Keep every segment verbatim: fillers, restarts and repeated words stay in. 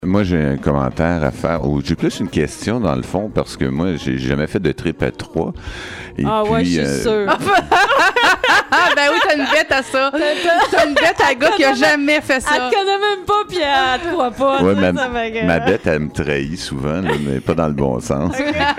Moi, j'ai un commentaire à faire, ou j'ai plus une question dans le fond, parce que moi, j'ai jamais fait de trip à trois. Et ah puis, ouais, je suis euh... sûre. Ben oui, t'as une bête à ça. T'as une bête à gars qui a jamais fait ça. Elle te connaît même pas, puis elle te croit pas. Ouais, ça, ma, ça fait... ma bête, elle me trahit souvent, là, mais pas dans le bon sens.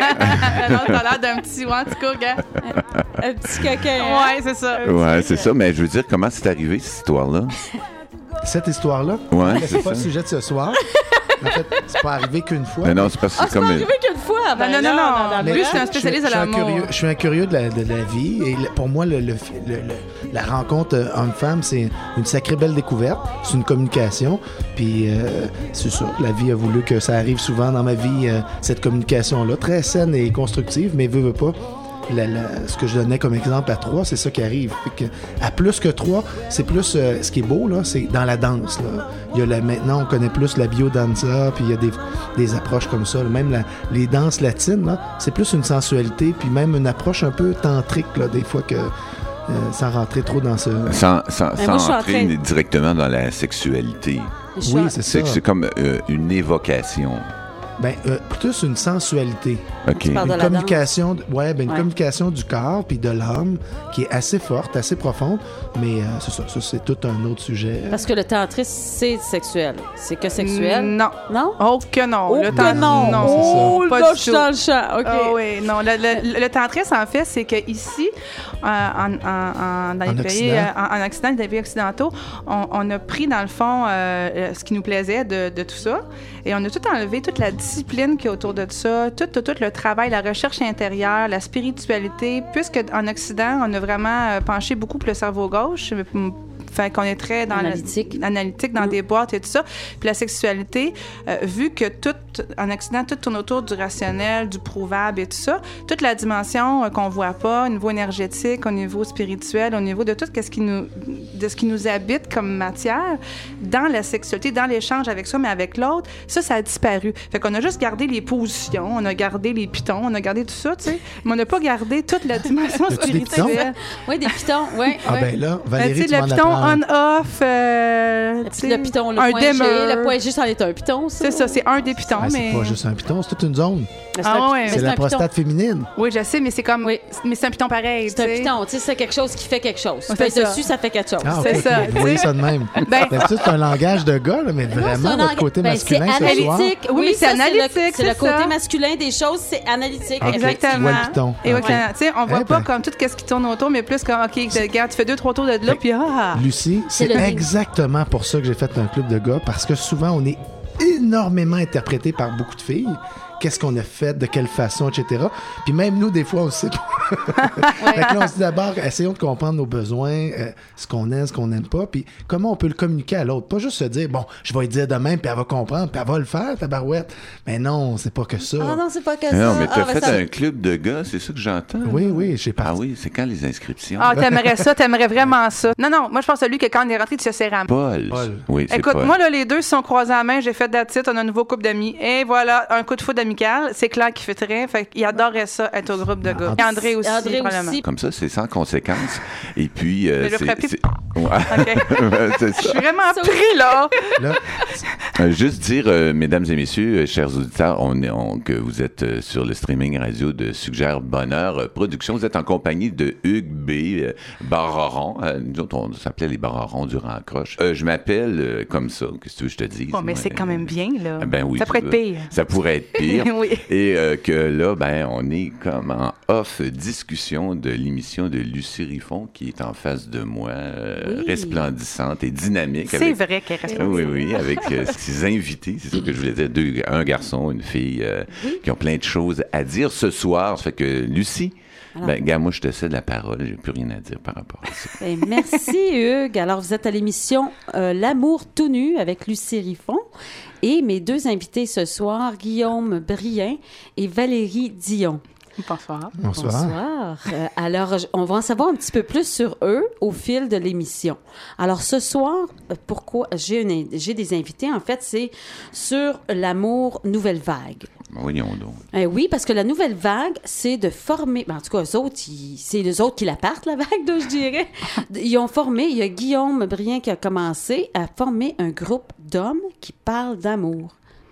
Non, t'as l'air d'un petit, ouais, en tout cas, gars. Un, un petit coquin. Hein? Ouais, c'est ça. Ouais, c'est ça, mais je veux dire, comment c'est arrivé, cette histoire-là? Cette histoire-là? Ouais, c'est, c'est pas ça. Le sujet de ce soir. En fait, c'est pas arrivé qu'une fois. Mais non, c'est parce que ah, c'est comme... pas arrivé qu'une fois. Ben non, non, non. non, non. Lui, c'est un spécialiste de l'amour. Je suis un curieux de la, de la vie. Et pour moi, le, le, le, le, la rencontre homme-femme, c'est une sacrée belle découverte. C'est une communication. Puis, euh, c'est sûr, la vie a voulu que ça arrive souvent dans ma vie, euh, cette communication-là. Très saine et constructive, mais veut, veut pas. La, la, ce que je donnais comme exemple à trois, c'est ça qui arrive. Fait que, à plus que trois, c'est plus... Euh, ce qui est beau, là, c'est dans la danse. Là. Il y a la, maintenant, on connaît plus la biodanza, puis il y a des, des approches comme ça. Là. Même la, les danses latines, là, c'est plus une sensualité, puis même une approche un peu tantrique, là, des fois que... Euh, sans rentrer trop dans ce... Sans, sans, sans moi, entrer train... directement dans la sexualité. Oui, c'est ça. C'est, c'est comme euh, une évocation. Ben, euh, plus une sensualité. OK. Une communication, de, ouais, ben une ouais. communication du corps puis de l'homme qui est assez forte, assez profonde, mais euh, c'est ça, ça, c'est tout un autre sujet. Parce que le tantrisme, c'est sexuel. C'est que sexuel? Non. Non? Oh que non. Oh le que tant... non. non. Oh, pas là, du je suis tout. dans le champ. OK. Oh, oui, non. Le, le, le tantrisme, en fait, c'est qu'ici, euh, en, en, en, dans en les Occident. pays, euh, en, en Occident, dans les pays occidentaux, on, on a pris, dans le fond, euh, ce qui nous plaisait de, de tout ça, et on a tout enlevé, toute la discipline qui est autour de ça, tout, tout, tout le travail, la recherche intérieure, la spiritualité, puisque en Occident, on a vraiment penché beaucoup pour le cerveau gauche. Fait qu'on est très dans analytique, le, analytique dans mmh. des boîtes et tout ça. Puis la sexualité, euh, vu que tout, en Occident, tout tourne autour du rationnel, du prouvable et tout ça, toute la dimension euh, qu'on voit pas, au niveau énergétique, au niveau spirituel, au niveau de tout ce qui nous, de ce qui nous habite comme matière, dans la sexualité, dans l'échange avec soi, mais avec l'autre, ça, ça a disparu. Fait qu'on a juste gardé les positions, on a gardé les pitons, on a gardé tout ça, tu sais, mais on n'a pas gardé toute la dimension spirituelle. Oui, des pitons, oui. Ah ben là, Valérie, ben, tu m'en apprends. On-off, euh, le piton, le un point dimmer. G, le point G, c'en est un piton, ça? C'est ça, c'est un des pitons, ah, mais... C'est pas juste un piton, c'est toute une zone. Mais c'est ah, un, ouais. mais c'est, c'est la un prostate piton. féminine. Oui, je sais, mais c'est comme... Oui. Mais c'est un piton pareil, c'est tu sais. un piton, tu sais, c'est quelque chose qui fait quelque chose. Tu fais dessus, ça fait quelque chose. Ah, c'est okay. ça. Vous voyez ça de même. Ben, D'habitude, c'est un langage de gars, là, mais non, vraiment, votre côté ben, masculin c'est ce soir. analytique. Oui, oui, c'est ça, analytique, c'est le, c'est c'est le côté ça. masculin des choses, c'est analytique. Okay. Exactement. Tu vois le piton. Et okay. tu sais, on voit eh pas ben. comme tout ce qui tourne autour, mais plus comme, OK, regarde, tu fais deux, trois tours de là, puis ah! Lucie, c'est, c'est exactement pour ça que j'ai fait un club de gars, parce que souvent, on est énormément interprété par beaucoup de filles. Qu'est-ce qu'on a fait, de quelle façon, et cetera. Puis même nous, des fois, on sait pas. Fait que là, on se dit d'abord, essayons de comprendre nos besoins, euh, ce qu'on aime, ce qu'on n'aime pas, puis comment on peut le communiquer à l'autre. Pas juste se dire, bon, je vais lui dire demain, puis elle va comprendre, puis elle va le faire, ta barouette. Mais non, c'est pas que ça. Ah non, c'est pas que ça. Non, mais t'as ah, fait ça... un club de gars, c'est ça que j'entends? Oui, oui, j'ai pas. Ah oui, c'est quand les inscriptions? Ah, t'aimerais ça, t'aimerais vraiment ça. Non, non, moi, je pense à lui que quand on est rentré, tu sais, c'est Ram. Paul. Paul. Oui, c'est Écoute, Paul. moi, là, les deux se sont croisés en main, j'ai fait that's it, on a un nouveau couple d'amis. Et voilà, un coup de foudre amical. C'est clair qu'il fait très. Fait qu'il adorait ça, être au groupe de gars. Et André aussi, André probablement. Aussi. Comme ça, c'est sans conséquence. Et puis, euh, Mais je c'est... ferais plus... c'est... Ouais. Okay. C'est ça. Je suis vraiment pris, là. là euh, juste dire, euh, mesdames et messieurs, euh, chers auditeurs, on est, on, que vous êtes euh, sur le streaming radio de Suggère Bonheur euh, Production. Vous êtes en compagnie de Hugues B. Euh, Barreron. Euh, nous autres, on s'appelait les Barrerons du Rancroche. Euh, je m'appelle euh, comme ça. Qu'est-ce que tu veux que je te dise? Bon, mais moi, c'est quand même bien, là. Euh, ben oui. Ça pourrait être pire. Ça pourrait être pire. Oui. Et euh, que là, ben, on est comme en off discussion de l'émission de Lucie Riffon qui est en face de moi, euh, oui. resplendissante et dynamique. C'est avec, vrai qu'elle est resplendissante. Oui, oui, avec euh, ses invités. C'est ça que je voulais dire. Deux, un garçon, une fille euh, oui. qui ont plein de choses à dire ce soir. Ça fait que Lucie, alors, ben, gars, moi, je te cède la parole. J'ai plus rien à dire par rapport à ça. Ben, merci, Hugues. Alors, vous êtes à l'émission euh, L'amour tout nu avec Lucie Riffon. Et mes deux invités ce soir, Guillaume Brien et Valérie Dion. Bonsoir. Bonsoir. Bonsoir. Euh, alors, on va en savoir un petit peu plus sur eux au fil de l'émission. Alors, ce soir, pourquoi j'ai, une, j'ai des invités, en fait, c'est sur l'amour nouvelle vague. Voyons donc. Euh, oui, parce que la nouvelle vague, c'est de former... Ben, en tout cas, eux autres, ils, c'est eux autres qui la partent, la vague, donc, je dirais. Ils ont formé... Il y a Guillaume Brien qui a commencé à former un groupe d'hommes qui parlent d'amour.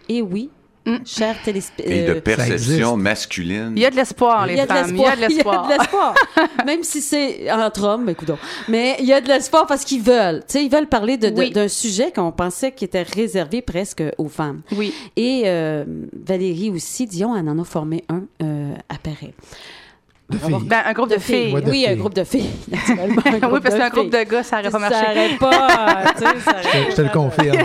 Et oui, mm. chers téléspectateurs. Et de perception masculine. Il y a de l'espoir, les femmes. Il y a de l'espoir. Il y a de l'espoir. Même si c'est entre hommes, écoute. Mais il y a de l'espoir parce qu'ils veulent. Tu sais, ils veulent parler de, de, oui. d'un sujet qu'on pensait qui était réservé presque aux femmes. Oui. Et euh, Valérie aussi, Dion, elle en a formé un euh, à Paris. De filles. Ben, un groupe de, de filles. filles. Ouais, de oui, filles. un groupe de filles. Naturellement, un groupe oui, parce qu'un groupe de gars, ça n'aurait pas marché. Ça n'aurait pas. Tu sais, ça aurait je te le confirme.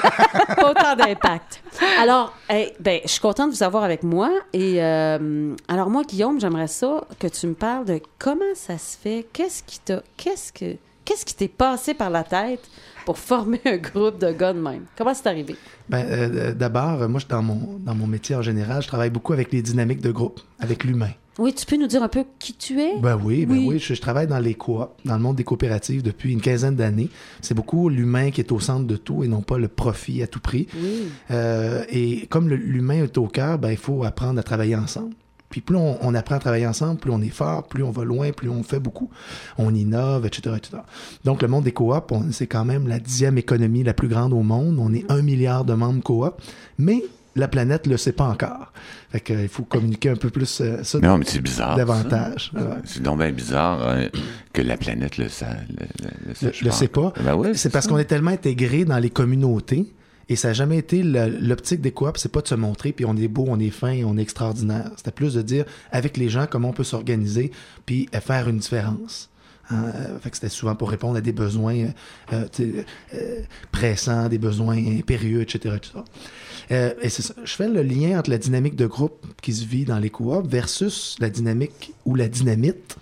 Pas autant d'impact. Alors, hey, ben, je suis contente de vous avoir avec moi. Et euh, alors, moi, Guillaume, j'aimerais ça que tu me parles de comment ça se fait. Qu'est-ce qui t'a. Qu'est-ce que. Qu'est-ce qui t'est passé par la tête pour former un groupe de gars de même? Comment c'est arrivé? Ben, euh, d'abord, moi, dans mon, dans mon métier en général, je travaille beaucoup avec les dynamiques de groupe, avec l'humain. Oui, tu peux nous dire un peu qui tu es? Ben oui, ben oui. oui. Je, je travaille dans les coops, dans le monde des coopératives depuis une quinzaine d'années. C'est beaucoup l'humain qui est au centre de tout et non pas le profit à tout prix. Oui. Euh, et comme le, l'humain est au cœur, ben, il faut apprendre à travailler ensemble. Puis plus on, on apprend à travailler ensemble, plus on est fort, plus on va loin, plus on fait beaucoup. On innove, et cetera, et cetera. Donc, le monde des coops, on, c'est quand même la dixième économie la plus grande au monde. On est un milliard de membres coops. Mais la planète ne le sait pas encore. Fait qu'il euh, faut communiquer un peu plus euh, ça. Non, mais c'est bizarre. Davantage. Ouais. C'est donc bien bizarre hein, que la planète le, ça, le, le, le, le, le sait pas. Ben ouais, c'est, c'est parce ça. qu'on est tellement intégré dans les communautés. Et ça n'a jamais été le, l'optique des coops, c'est pas de se montrer, puis on est beau, on est fin, on est extraordinaire. C'était plus de dire, avec les gens, comment on peut s'organiser, puis faire une différence. Hein? Fait que c'était souvent pour répondre à des besoins euh, euh, pressants, des besoins impérieux, et cetera, et cetera. Euh, et c'est ça. Je fais le lien entre la dynamique de groupe qui se vit dans les coops versus la dynamique ou la dynamite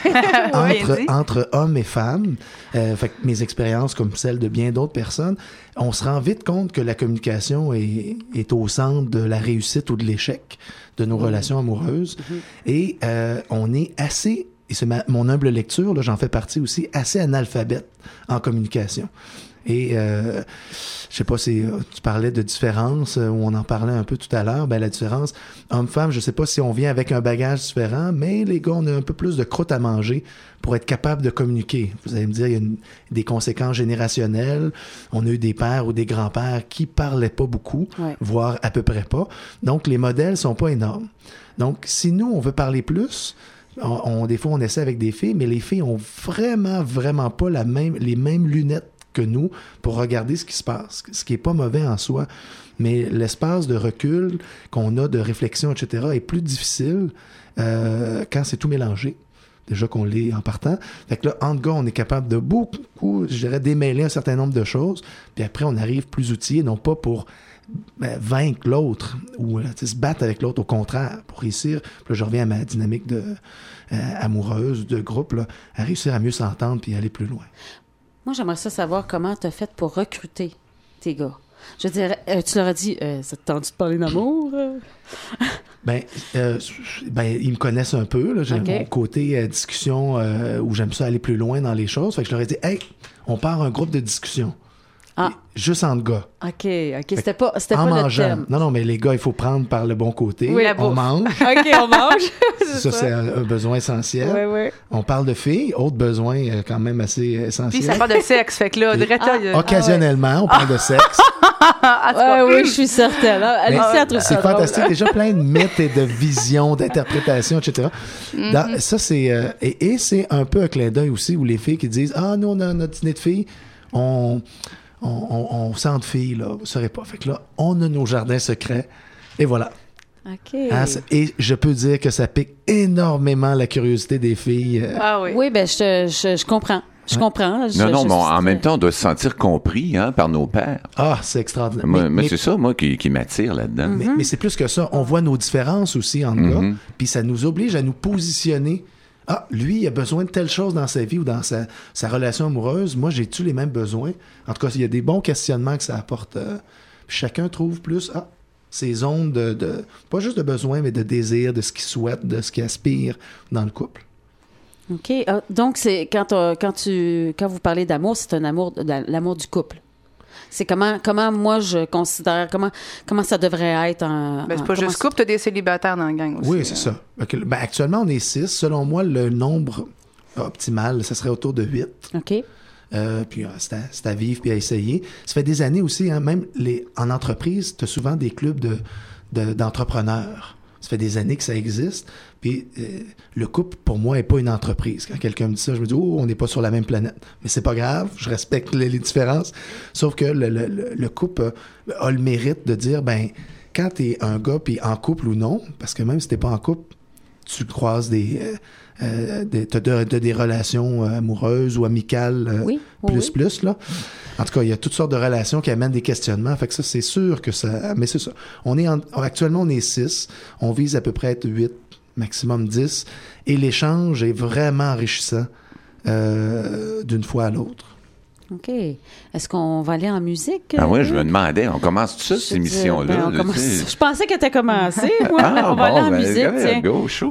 entre, entre hommes et femmes. Euh, fait que mes expériences, comme celles de bien d'autres personnes, on se rend vite compte que la communication est, est au centre de la réussite ou de l'échec de nos mmh. relations amoureuses. Mmh. Et euh, on est assez, et c'est ma, mon humble lecture, là, j'en fais partie aussi, assez analphabète en communication. Et euh, je sais pas si tu parlais de différence, ou on en parlait un peu tout à l'heure, ben la différence homme-femme, je sais pas si on vient avec un bagage différent, mais les gars, on a un peu plus de croûte à manger pour être capable de communiquer. Vous allez me dire, il y a une, des conséquences générationnelles. On a eu des pères ou des grands-pères qui parlaient pas beaucoup, ouais. voire à peu près pas. Donc, les modèles sont pas énormes. Donc, si nous, on veut parler plus, on, on, des fois, on essaie avec des filles, mais les filles ont vraiment, vraiment pas la même, les mêmes lunettes que nous pour regarder ce qui se passe, ce qui est pas mauvais en soi, mais l'espace de recul qu'on a, de réflexion, et cetera, est plus difficile euh, quand c'est tout mélangé, déjà qu'on l'est en partant. Fait que là, entre gars, on est capable de beaucoup, je dirais, démêler un certain nombre de choses, puis après, on arrive plus outillé, non pas pour ben, vaincre l'autre ou euh, se battre avec l'autre, au contraire, pour réussir, puis là, je reviens à ma dynamique de, euh, amoureuse, de groupe, là, à réussir à mieux s'entendre puis aller plus loin. Moi, j'aimerais ça savoir comment tu as fait pour recruter tes gars. Je veux dire, euh, tu leur as dit, euh, ça te tente de parler d'amour? Euh? ben, euh, ben, ils me connaissent un peu. Là. J'ai okay. mon côté euh, discussion euh, où j'aime ça aller plus loin dans les choses. Fait que je leur ai dit, hey, on part un groupe de discussion. Ah. Juste entre gars. OK, OK. C'était pas, c'était en pas mangeant. le thème. Non, non, mais les gars, il faut prendre par le bon côté. Oui, la on bouffe. mange. OK, on mange. c'est ça, ça, c'est un, un besoin essentiel. Oui, oui. On parle de filles, autre besoin euh, quand même assez essentiel. Puis ça parle de sexe, fait que là, Audrey, ah, ah, occasionnellement, ah, ouais. on parle de sexe. ah, oui, je suis certaine. Alice, elle trouve ça c'est drôle. fantastique. Déjà plein de mythes et de visions, d'interprétations, et cetera. Mm-hmm. Dans, ça, c'est... Euh, et, et c'est un peu un clin d'œil aussi où les filles qui disent « Ah, nous, on a notre dîner de filles, on... On, on, on sent de filles, là, vous saurez pas. Fait que là, on a nos jardins secrets, et voilà. OK. Hein, et je peux dire que ça pique énormément la curiosité des filles. Euh... Ah oui. Oui, ben je, je, je comprends. Je hein? comprends. Je, non, non, je, mais je, en même temps, on doit se sentir compris hein, par nos pères. Ah, c'est extraordinaire. Moi, mais, mais mais, c'est ça, moi, qui, qui m'attire là-dedans. Mais, mm-hmm. mais c'est plus que ça. On voit nos différences aussi en mm-hmm. gars, puis ça nous oblige à nous positionner. Ah, lui, il a besoin de telle chose dans sa vie ou dans sa, sa relation amoureuse. Moi, j'ai-tu les mêmes besoins? En tout cas, il y a des bons questionnements que ça apporte. Euh, chacun trouve plus ah, ses zones de, de... Pas juste de besoin, mais de désir, de ce qu'il souhaite, de ce qu'il aspire dans le couple. OK. Ah, donc, c'est quand, euh, quand, tu, quand vous parlez d'amour, c'est un amour, l'amour du couple. C'est comment, comment moi, je considère, comment, comment ça devrait être en... Ben, c'est pas en, juste couple, t'as des célibataires dans la gang aussi. Oui, c'est ça. Okay. Ben, actuellement, on est six. Selon moi, le nombre optimal, ça serait autour de huit. OK. Euh, puis euh, c'est, à, c'est à vivre puis à essayer. Ça fait des années aussi, hein, même les, en entreprise, tu as souvent des clubs de, de, d'entrepreneurs. Ça fait des années que ça existe. Puis euh, le couple, pour moi, n'est pas une entreprise. Quand quelqu'un me dit ça, je me dis « Oh, on n'est pas sur la même planète. » Mais c'est pas grave, je respecte les, les différences. Sauf que le, le, le couple a, a le mérite de dire, ben quand tu es un gars, puis en couple ou non, parce que même si tu n'es pas en couple, tu croises des... Euh, euh, des t'as de, de, des relations euh, amoureuses ou amicales euh, oui, plus, oui. plus, là. En tout cas, il y a toutes sortes de relations qui amènent des questionnements. Fait que ça, c'est sûr que ça... Mais c'est ça. On est en, actuellement, on est six. On vise à peu près être huit, maximum dix. Et l'échange est vraiment enrichissant euh, d'une fois à l'autre. OK. Est-ce qu'on va aller en musique? Ah oui, je me demandais, on commence tout ça, cette émission-là? Ben, on là, commence... tu sais. Je pensais que tu as commencé. Ouais, Ah, on va bon, aller en ben, musique, go, tiens. Go, chaud.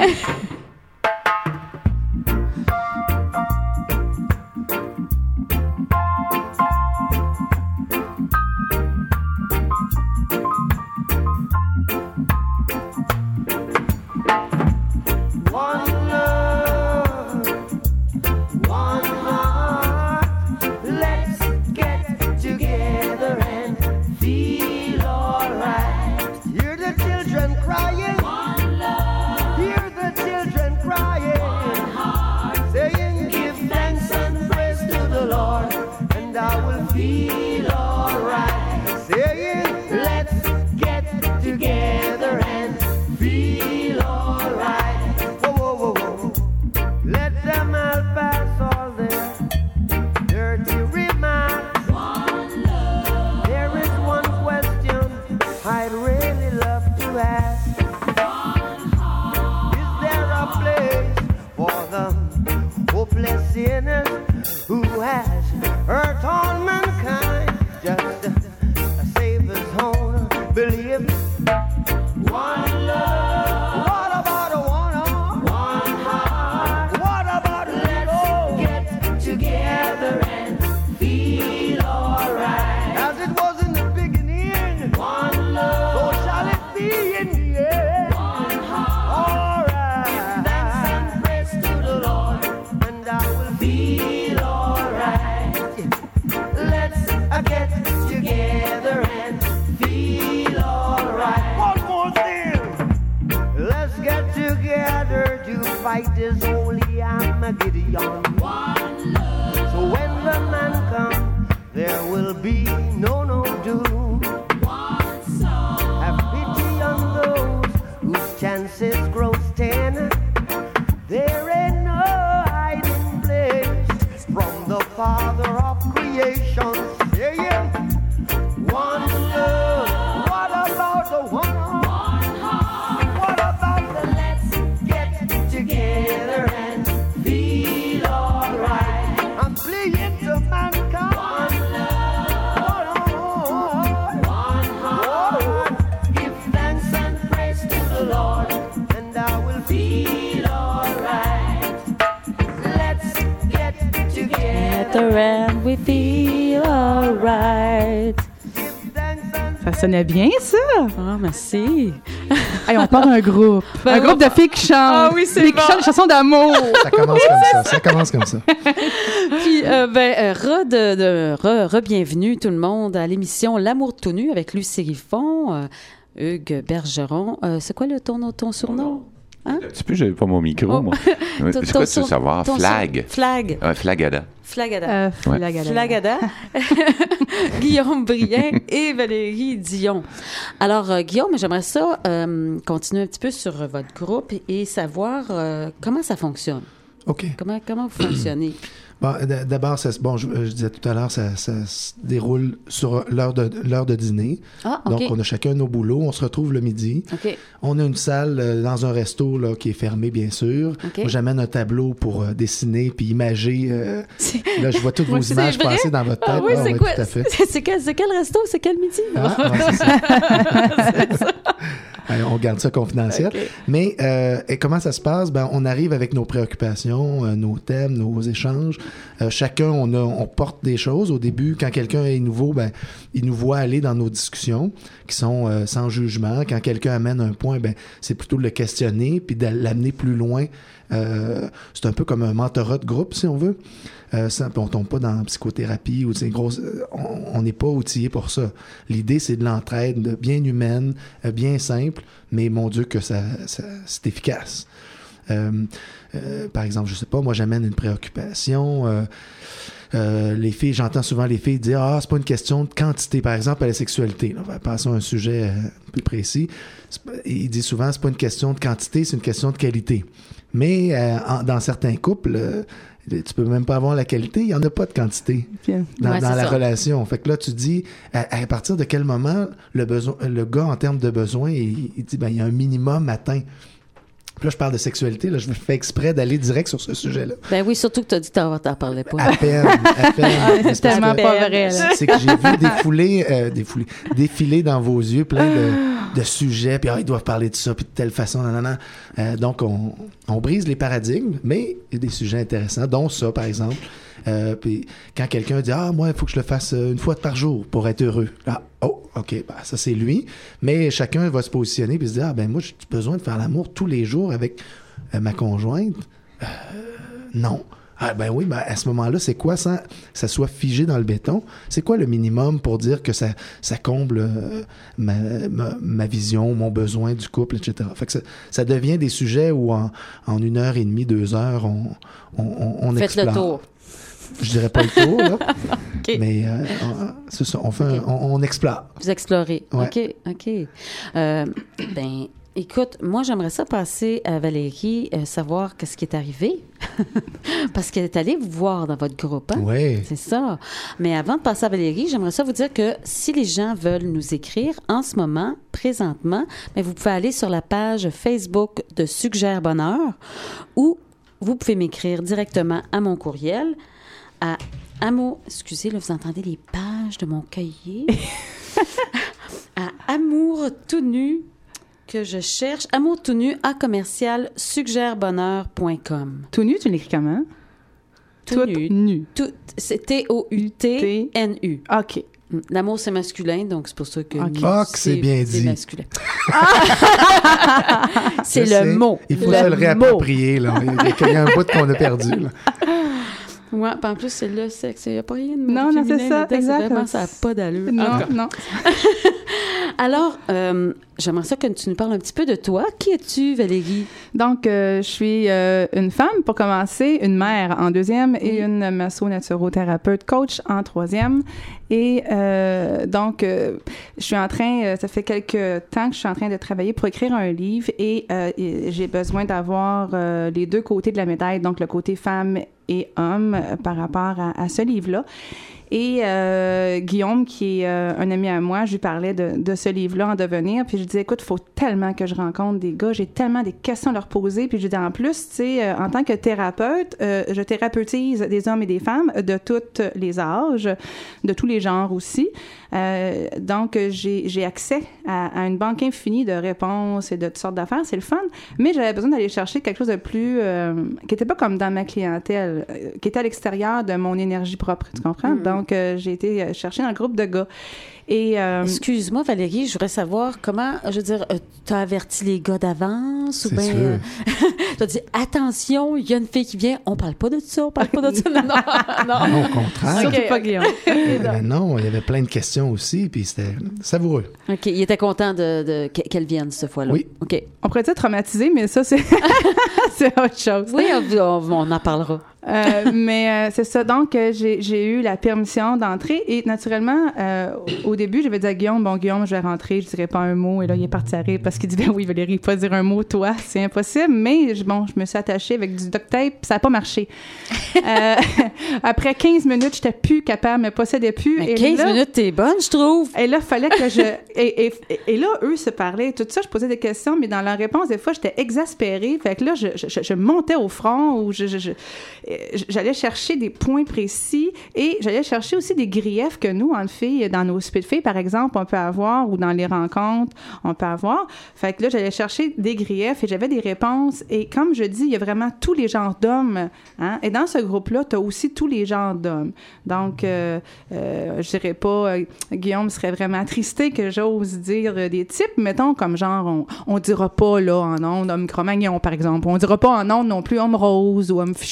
Ça sonnait bien, ça! Ah, merci! Hey, on part d'un groupe. Ben, un groupe de filles qui chantent. Ah oui, c'est Filles bon. Qui chantent des chansons d'amour. Ça commence comme ça. Ça commence comme ça. Puis, euh, ben, euh, re, de, de, re, re bienvenue tout le monde à l'émission L'amour tout nu avec Lucie Riffon, euh, Hugues Bergeron. Euh, c'est quoi le, ton, ton surnom? Hein? Tu peux, j'avais pas mon micro, oh. moi. C'est quoi tu veux savoir? Flag. Flag. Ouais, Flagada. Flagada. Euh, Flagada. Flagada. Guillaume Brien et Valérie Dion. Alors, euh, Guillaume, j'aimerais ça euh, continuer un petit peu sur votre groupe et, et savoir euh, comment ça fonctionne. OK. Comment, comment vous fonctionnez? Bon, d'abord, ça, bon, je, je disais tout à l'heure, ça, ça se déroule sur l'heure de, l'heure de dîner. Ah, OK. Donc, on a chacun nos boulots. On se retrouve le midi. OK. On a une salle euh, dans un resto là, qui est fermé, bien sûr. OK. Moi, j'amène un tableau pour euh, dessiner puis imager. Euh, là, je vois toutes vos ouais, images vrai? passer dans votre tête. Ah, oui, ah, c'est ouais, quoi? Tout à fait. C'est, c'est, quel, c'est quel resto? C'est quel midi? Ah, ouais, c'est ça. c'est ça. Alors, on garde ça confidentiel. Okay. Mais euh, et comment ça se passe? Ben, on arrive avec nos préoccupations, euh, nos thèmes, nos échanges. Euh, chacun, on, a, on porte des choses. Au début, quand quelqu'un est nouveau, ben, il nous voit aller dans nos discussions qui sont euh, sans jugement. Quand quelqu'un amène un point, ben, c'est plutôt de le questionner puis de l'amener plus loin. Euh, c'est un peu comme un mentorat de groupe, si on veut. Euh, ça, on tombe pas dans la psychothérapie ou c'est grosse. On n'est pas outillé pour ça. L'idée, c'est de l'entraide bien humaine, euh, bien simple, mais mon Dieu que ça, ça c'est efficace. Euh, euh, par exemple, je sais pas, moi j'amène une préoccupation. Euh, euh, les filles, j'entends souvent les filles dire ah c'est pas une question de quantité, par exemple à la sexualité. Là, on va passer à un sujet euh, plus précis. Ils disent souvent c'est pas une question de quantité, c'est une question de qualité. Mais euh, en, dans certains couples, euh, tu peux même pas avoir la qualité, il y en a pas de quantité Bien. dans, Ouais, dans la ça. relation. Fait que là tu dis à, à partir de quel moment le besoin, le gars en termes de besoin, il, il dit ben il y a un minimum atteint. Puis là, je parle de sexualité. Là, je fais exprès d'aller direct sur ce sujet-là. Ben oui, surtout que tu as dit que t'en, t'en parlais pas. À peine, à peine. C'est tellement pas vrai, là. C'est, c'est que j'ai vu défouler, euh, défouler, défiler dans vos yeux plein de, de sujets. Puis ah, ils doivent parler de ça, puis de telle façon. Non, non, non. Euh, donc, on, on brise les paradigmes, mais il y a des sujets intéressants, dont ça, par exemple. Euh, puis quand quelqu'un dit « Ah, moi, il faut que je le fasse une fois par jour pour être heureux. » Ah, oh, OK, ben, ça, c'est lui. Mais chacun va se positionner et se dire « Ah, ben moi, j'ai besoin de faire l'amour tous les jours avec euh, ma conjointe. Euh, » Non. Ah, ben oui, ben à ce moment-là, c'est quoi sans que ça soit figé dans le béton? C'est quoi le minimum pour dire que ça, ça comble euh, ma, ma, ma vision, mon besoin du couple, et cetera. Fait que ça, ça devient des sujets où en, en une heure et demie, deux heures, on, on, on, on Faites explore. le tour. Je dirais pas le tour, là. OK. Mais euh, on, c'est ça, on, fait un- OK. on, on explore. Vous explorez. Ouais. OK, OK. Euh, ben, écoute, moi, j'aimerais ça passer à Valérie, euh, savoir qu'est-ce qui est arrivé. Parce qu'elle est allée vous voir dans votre groupe, hein? Oui. C'est ça. Mais avant de passer à Valérie, j'aimerais ça vous dire que si les gens veulent nous écrire en ce moment, présentement, mais vous pouvez aller sur la page Facebook de Suggère Bonheur ou vous pouvez m'écrire directement à mon courriel à amour... Excusez, là, vous entendez les pages de mon cahier. À amour tout nu que je cherche. Amour tout nu à commercial suggèrebonheur point com. Tout nu, tu l'écris comment? Tout Tout nu. nu. Tout, c'est T O U T N U. OK. L'amour, c'est masculin, donc c'est pour ça que... Ok. nu, Ah, que c'est bien dit. C'est masculin. c'est Je le sais. mot. Il faut se le réapproprier, là. Il y a- il y a un bout qu'on a perdu, là. Ouais, puis en plus, c'est le sexe. Il n'y a pas rien de Non, non, c'est féminin ça, là-dedans, exact. c'est vraiment, ça n'a pas d'allure. En Non, tout cas. non. Alors, euh, j'aimerais ça que tu nous parles un petit peu de toi. Qui es-tu, Valérie? Donc, euh, je suis euh, une femme, pour commencer, une mère en deuxième et une masso-naturothérapeute coach en troisième. Et euh, donc, euh, je suis en train, euh, ça fait quelques temps que je suis en train de travailler pour écrire un livre et, euh, et j'ai besoin d'avoir euh, les deux côtés de la médaille, donc le côté femme et homme euh, par rapport à, à ce livre-là. Et euh, Guillaume, qui est euh, un ami à moi, je lui parlais de, de ce livre-là en devenir. Puis je disais, écoute, il faut tellement que je rencontre des gars. J'ai tellement des questions à leur poser. Puis je dis, en plus, tu sais, euh, en tant que thérapeute, euh, je thérapeutise des hommes et des femmes de tous les âges, de tous les genres aussi. Euh, donc, j'ai, j'ai accès à, à une banque infinie de réponses et de toutes sortes d'affaires. C'est le fun. Mais j'avais besoin d'aller chercher quelque chose de plus... Euh, qui n'était pas comme dans ma clientèle, euh, qui était à l'extérieur de mon énergie propre. Tu comprends? Mm-hmm. Donc, euh, j'ai été chercher dans le groupe de gars. Et, euh, Excuse-moi, Valérie, je voudrais savoir comment, je veux dire, euh, t'as averti les gars d'avance ou C'est bien sûr. euh, t'as dit attention, il y a une fille qui vient, on parle pas de ça, on parle pas de ça. Non, non, non. Non, au contraire. surtout Ok, pas ok. Guillaume. Euh, non, il y avait plein de questions aussi, puis c'était savoureux. OK, il était content de, de qu'elle vienne cette fois-là. Oui. OK. On pourrait dire traumatisé, mais ça, c'est, c'est autre chose. Oui, on, on- on en parlera. Euh, mais euh, c'est ça. Donc, euh, j'ai, j'ai eu la permission d'entrer et naturellement, euh, au, au début, j'avais dit à Guillaume, bon, Guillaume, je vais rentrer, je dirai pas un mot. Et là, il est parti à rire parce qu'il dit, ben oui, Valérie, pas dire un mot, toi, c'est impossible. Mais je- bon, je me suis attachée avec du duct tape, ça n'a pas marché. euh, après quinze minutes, j'étais plus capable, me possédais plus. Mais et quinze là, minutes, t'es bonne, je trouve. Et là, il fallait que je... Et, et, et là, eux se parlaient, tout ça, je posais des questions, mais dans leur réponse, des fois, j'étais exaspérée. Fait que là, je, je, je montais au front ou je, je, je- j'allais chercher des points précis et j'allais chercher aussi des griefs que nous, en filles, dans nos speed filles, par exemple, on peut avoir ou dans les rencontres, on peut avoir. Fait que là, j'allais chercher des griefs et j'avais des réponses. Et comme je dis, il y a vraiment tous les genres d'hommes. Hein? Et dans ce groupe-là, tu as aussi tous les genres d'hommes. Donc, euh, euh, je dirais pas, euh, Guillaume serait vraiment attristé que j'ose dire euh, des types, mettons, comme genre, on, on dira pas, là, en ondes, homme Cro-Magnon, par exemple. On dira pas en ondes non plus homme rose ou homme fuchsia ou homme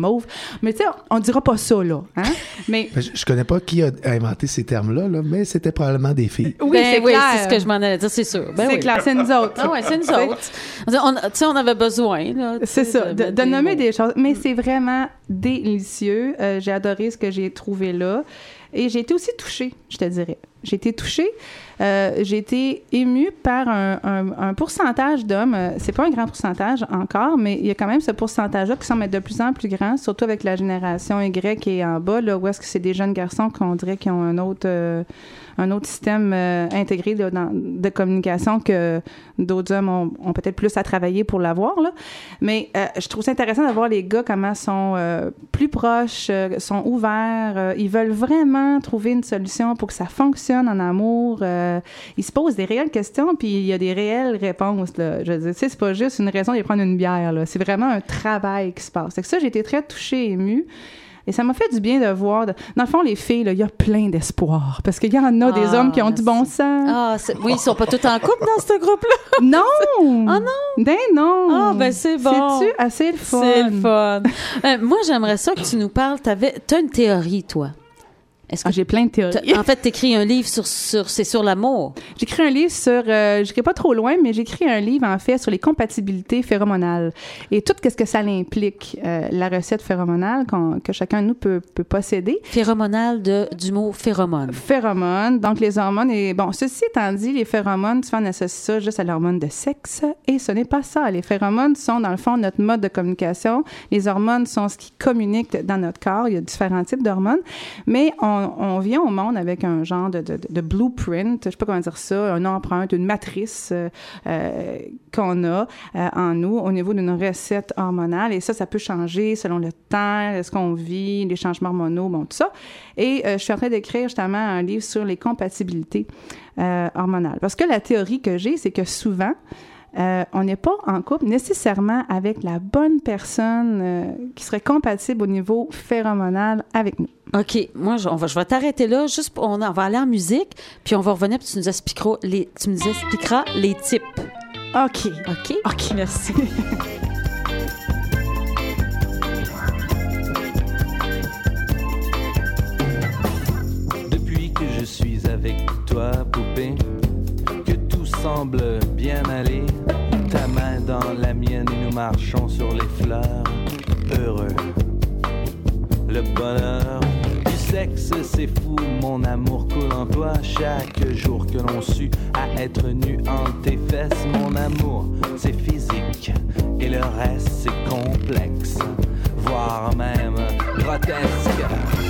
mauve. Mais tu sais, on dira pas ça, là. Hein? Mais... Je, je connais pas qui a inventé ces termes-là, là, mais c'était probablement des filles. Oui, ben, c'est oui, c'est ce que je m'en allais dire, c'est sûr. Ben c'est oui. clair, c'est nous autres. Ah ouais, c'est nous autres. On, tu sais, on avait besoin, là. C'est ça, de, de nommer des choses. Mais Mm. c'est vraiment délicieux. Euh, j'ai adoré ce que j'ai trouvé là. Et j'ai été aussi touchée, je te dirais. J'ai été touchée. Euh, j'ai été émue par un, un, un pourcentage d'hommes. Euh, c'est pas un grand pourcentage encore, mais il y a quand même ce pourcentage-là qui semble être de plus en plus grand, surtout avec la génération Y qui est en bas, là, où est-ce que c'est des jeunes garçons qu'on dirait qui ont un autre, euh, un autre système euh, intégré là, dans, de communication que d'autres hommes ont, ont peut-être plus à travailler pour l'avoir. Là. Mais euh, je trouve ça intéressant de voir les gars comment sont euh, plus proches, euh, sont ouverts. Euh, ils veulent vraiment trouver une solution pour que ça fonctionne en amour. Euh, ils se posent des réelles questions, puis il y a des réelles réponses. Là. Je veux dire, tu sais, c'est pas juste une raison de prendre une bière. Là. C'est vraiment un travail qui se passe. C'est que ça, j'ai été très touchée, émue. Et ça m'a fait du bien de voir. De... Dans le fond, les filles, il y a plein d'espoir. Parce qu'il y en a ah, des hommes qui ont du bon sens. Ah, c'est... oui, ils sont pas tous en couple dans ce groupe-là. Non! Ah non? Ben non! Ah, ben c'est bon. C'est-tu assez le fun? C'est le fun. euh, moi, j'aimerais ça que tu nous parles. T'avais... T'as une théorie, toi. Est-ce que ah, j'ai plein de théories. En fait, t'écris un livre sur, sur c'est sur l'amour. J'écris un livre sur, euh, j'écris pas trop loin, mais j'écris un livre en fait sur les compatibilités phéromonales et tout ce que ça implique, euh, la recette phéromonale qu'on, que chacun de nous peut, peut posséder. Phéromonale de du mot phéromone. Phéromone, donc les hormones et bon, ceci étant dit, les phéromones, souvent on associe ça juste à l'hormone de sexe et ce n'est pas ça. Les phéromones sont dans le fond notre mode de communication. Les hormones sont ce qui communique dans notre corps. Il y a différents types d'hormones, mais on On, on vient au monde avec un genre de, de, de blueprint, je sais pas comment dire ça, une empreinte, une matrice euh, euh, qu'on a euh, en nous au niveau d'une recette hormonale. Et ça, ça peut changer selon le temps, ce qu'on vit, les changements hormonaux, bon, tout ça. Et euh, je suis en train d'écrire justement un livre sur les compatibilités euh, hormonales. Parce que la théorie que j'ai, c'est que souvent, Euh, on n'est pas en couple nécessairement avec la bonne personne euh, qui serait compatible au niveau phéromonal avec nous. OK. Moi, je, on va, je vais t'arrêter là. Juste pour, on, on va aller en musique, puis on va revenir, puis tu nous expliqueras les, tu nous expliqueras les types. OK. OK? OK. Merci. Depuis que je suis avec toi, poupée, semble bien aller, ta main dans la mienne et nous marchons sur les fleurs, heureux. Le bonheur du sexe, c'est fou, mon amour coule en toi chaque jour que l'on sut à être nu entre tes fesses. Mon amour, c'est physique et le reste, c'est complexe, voire même grotesque.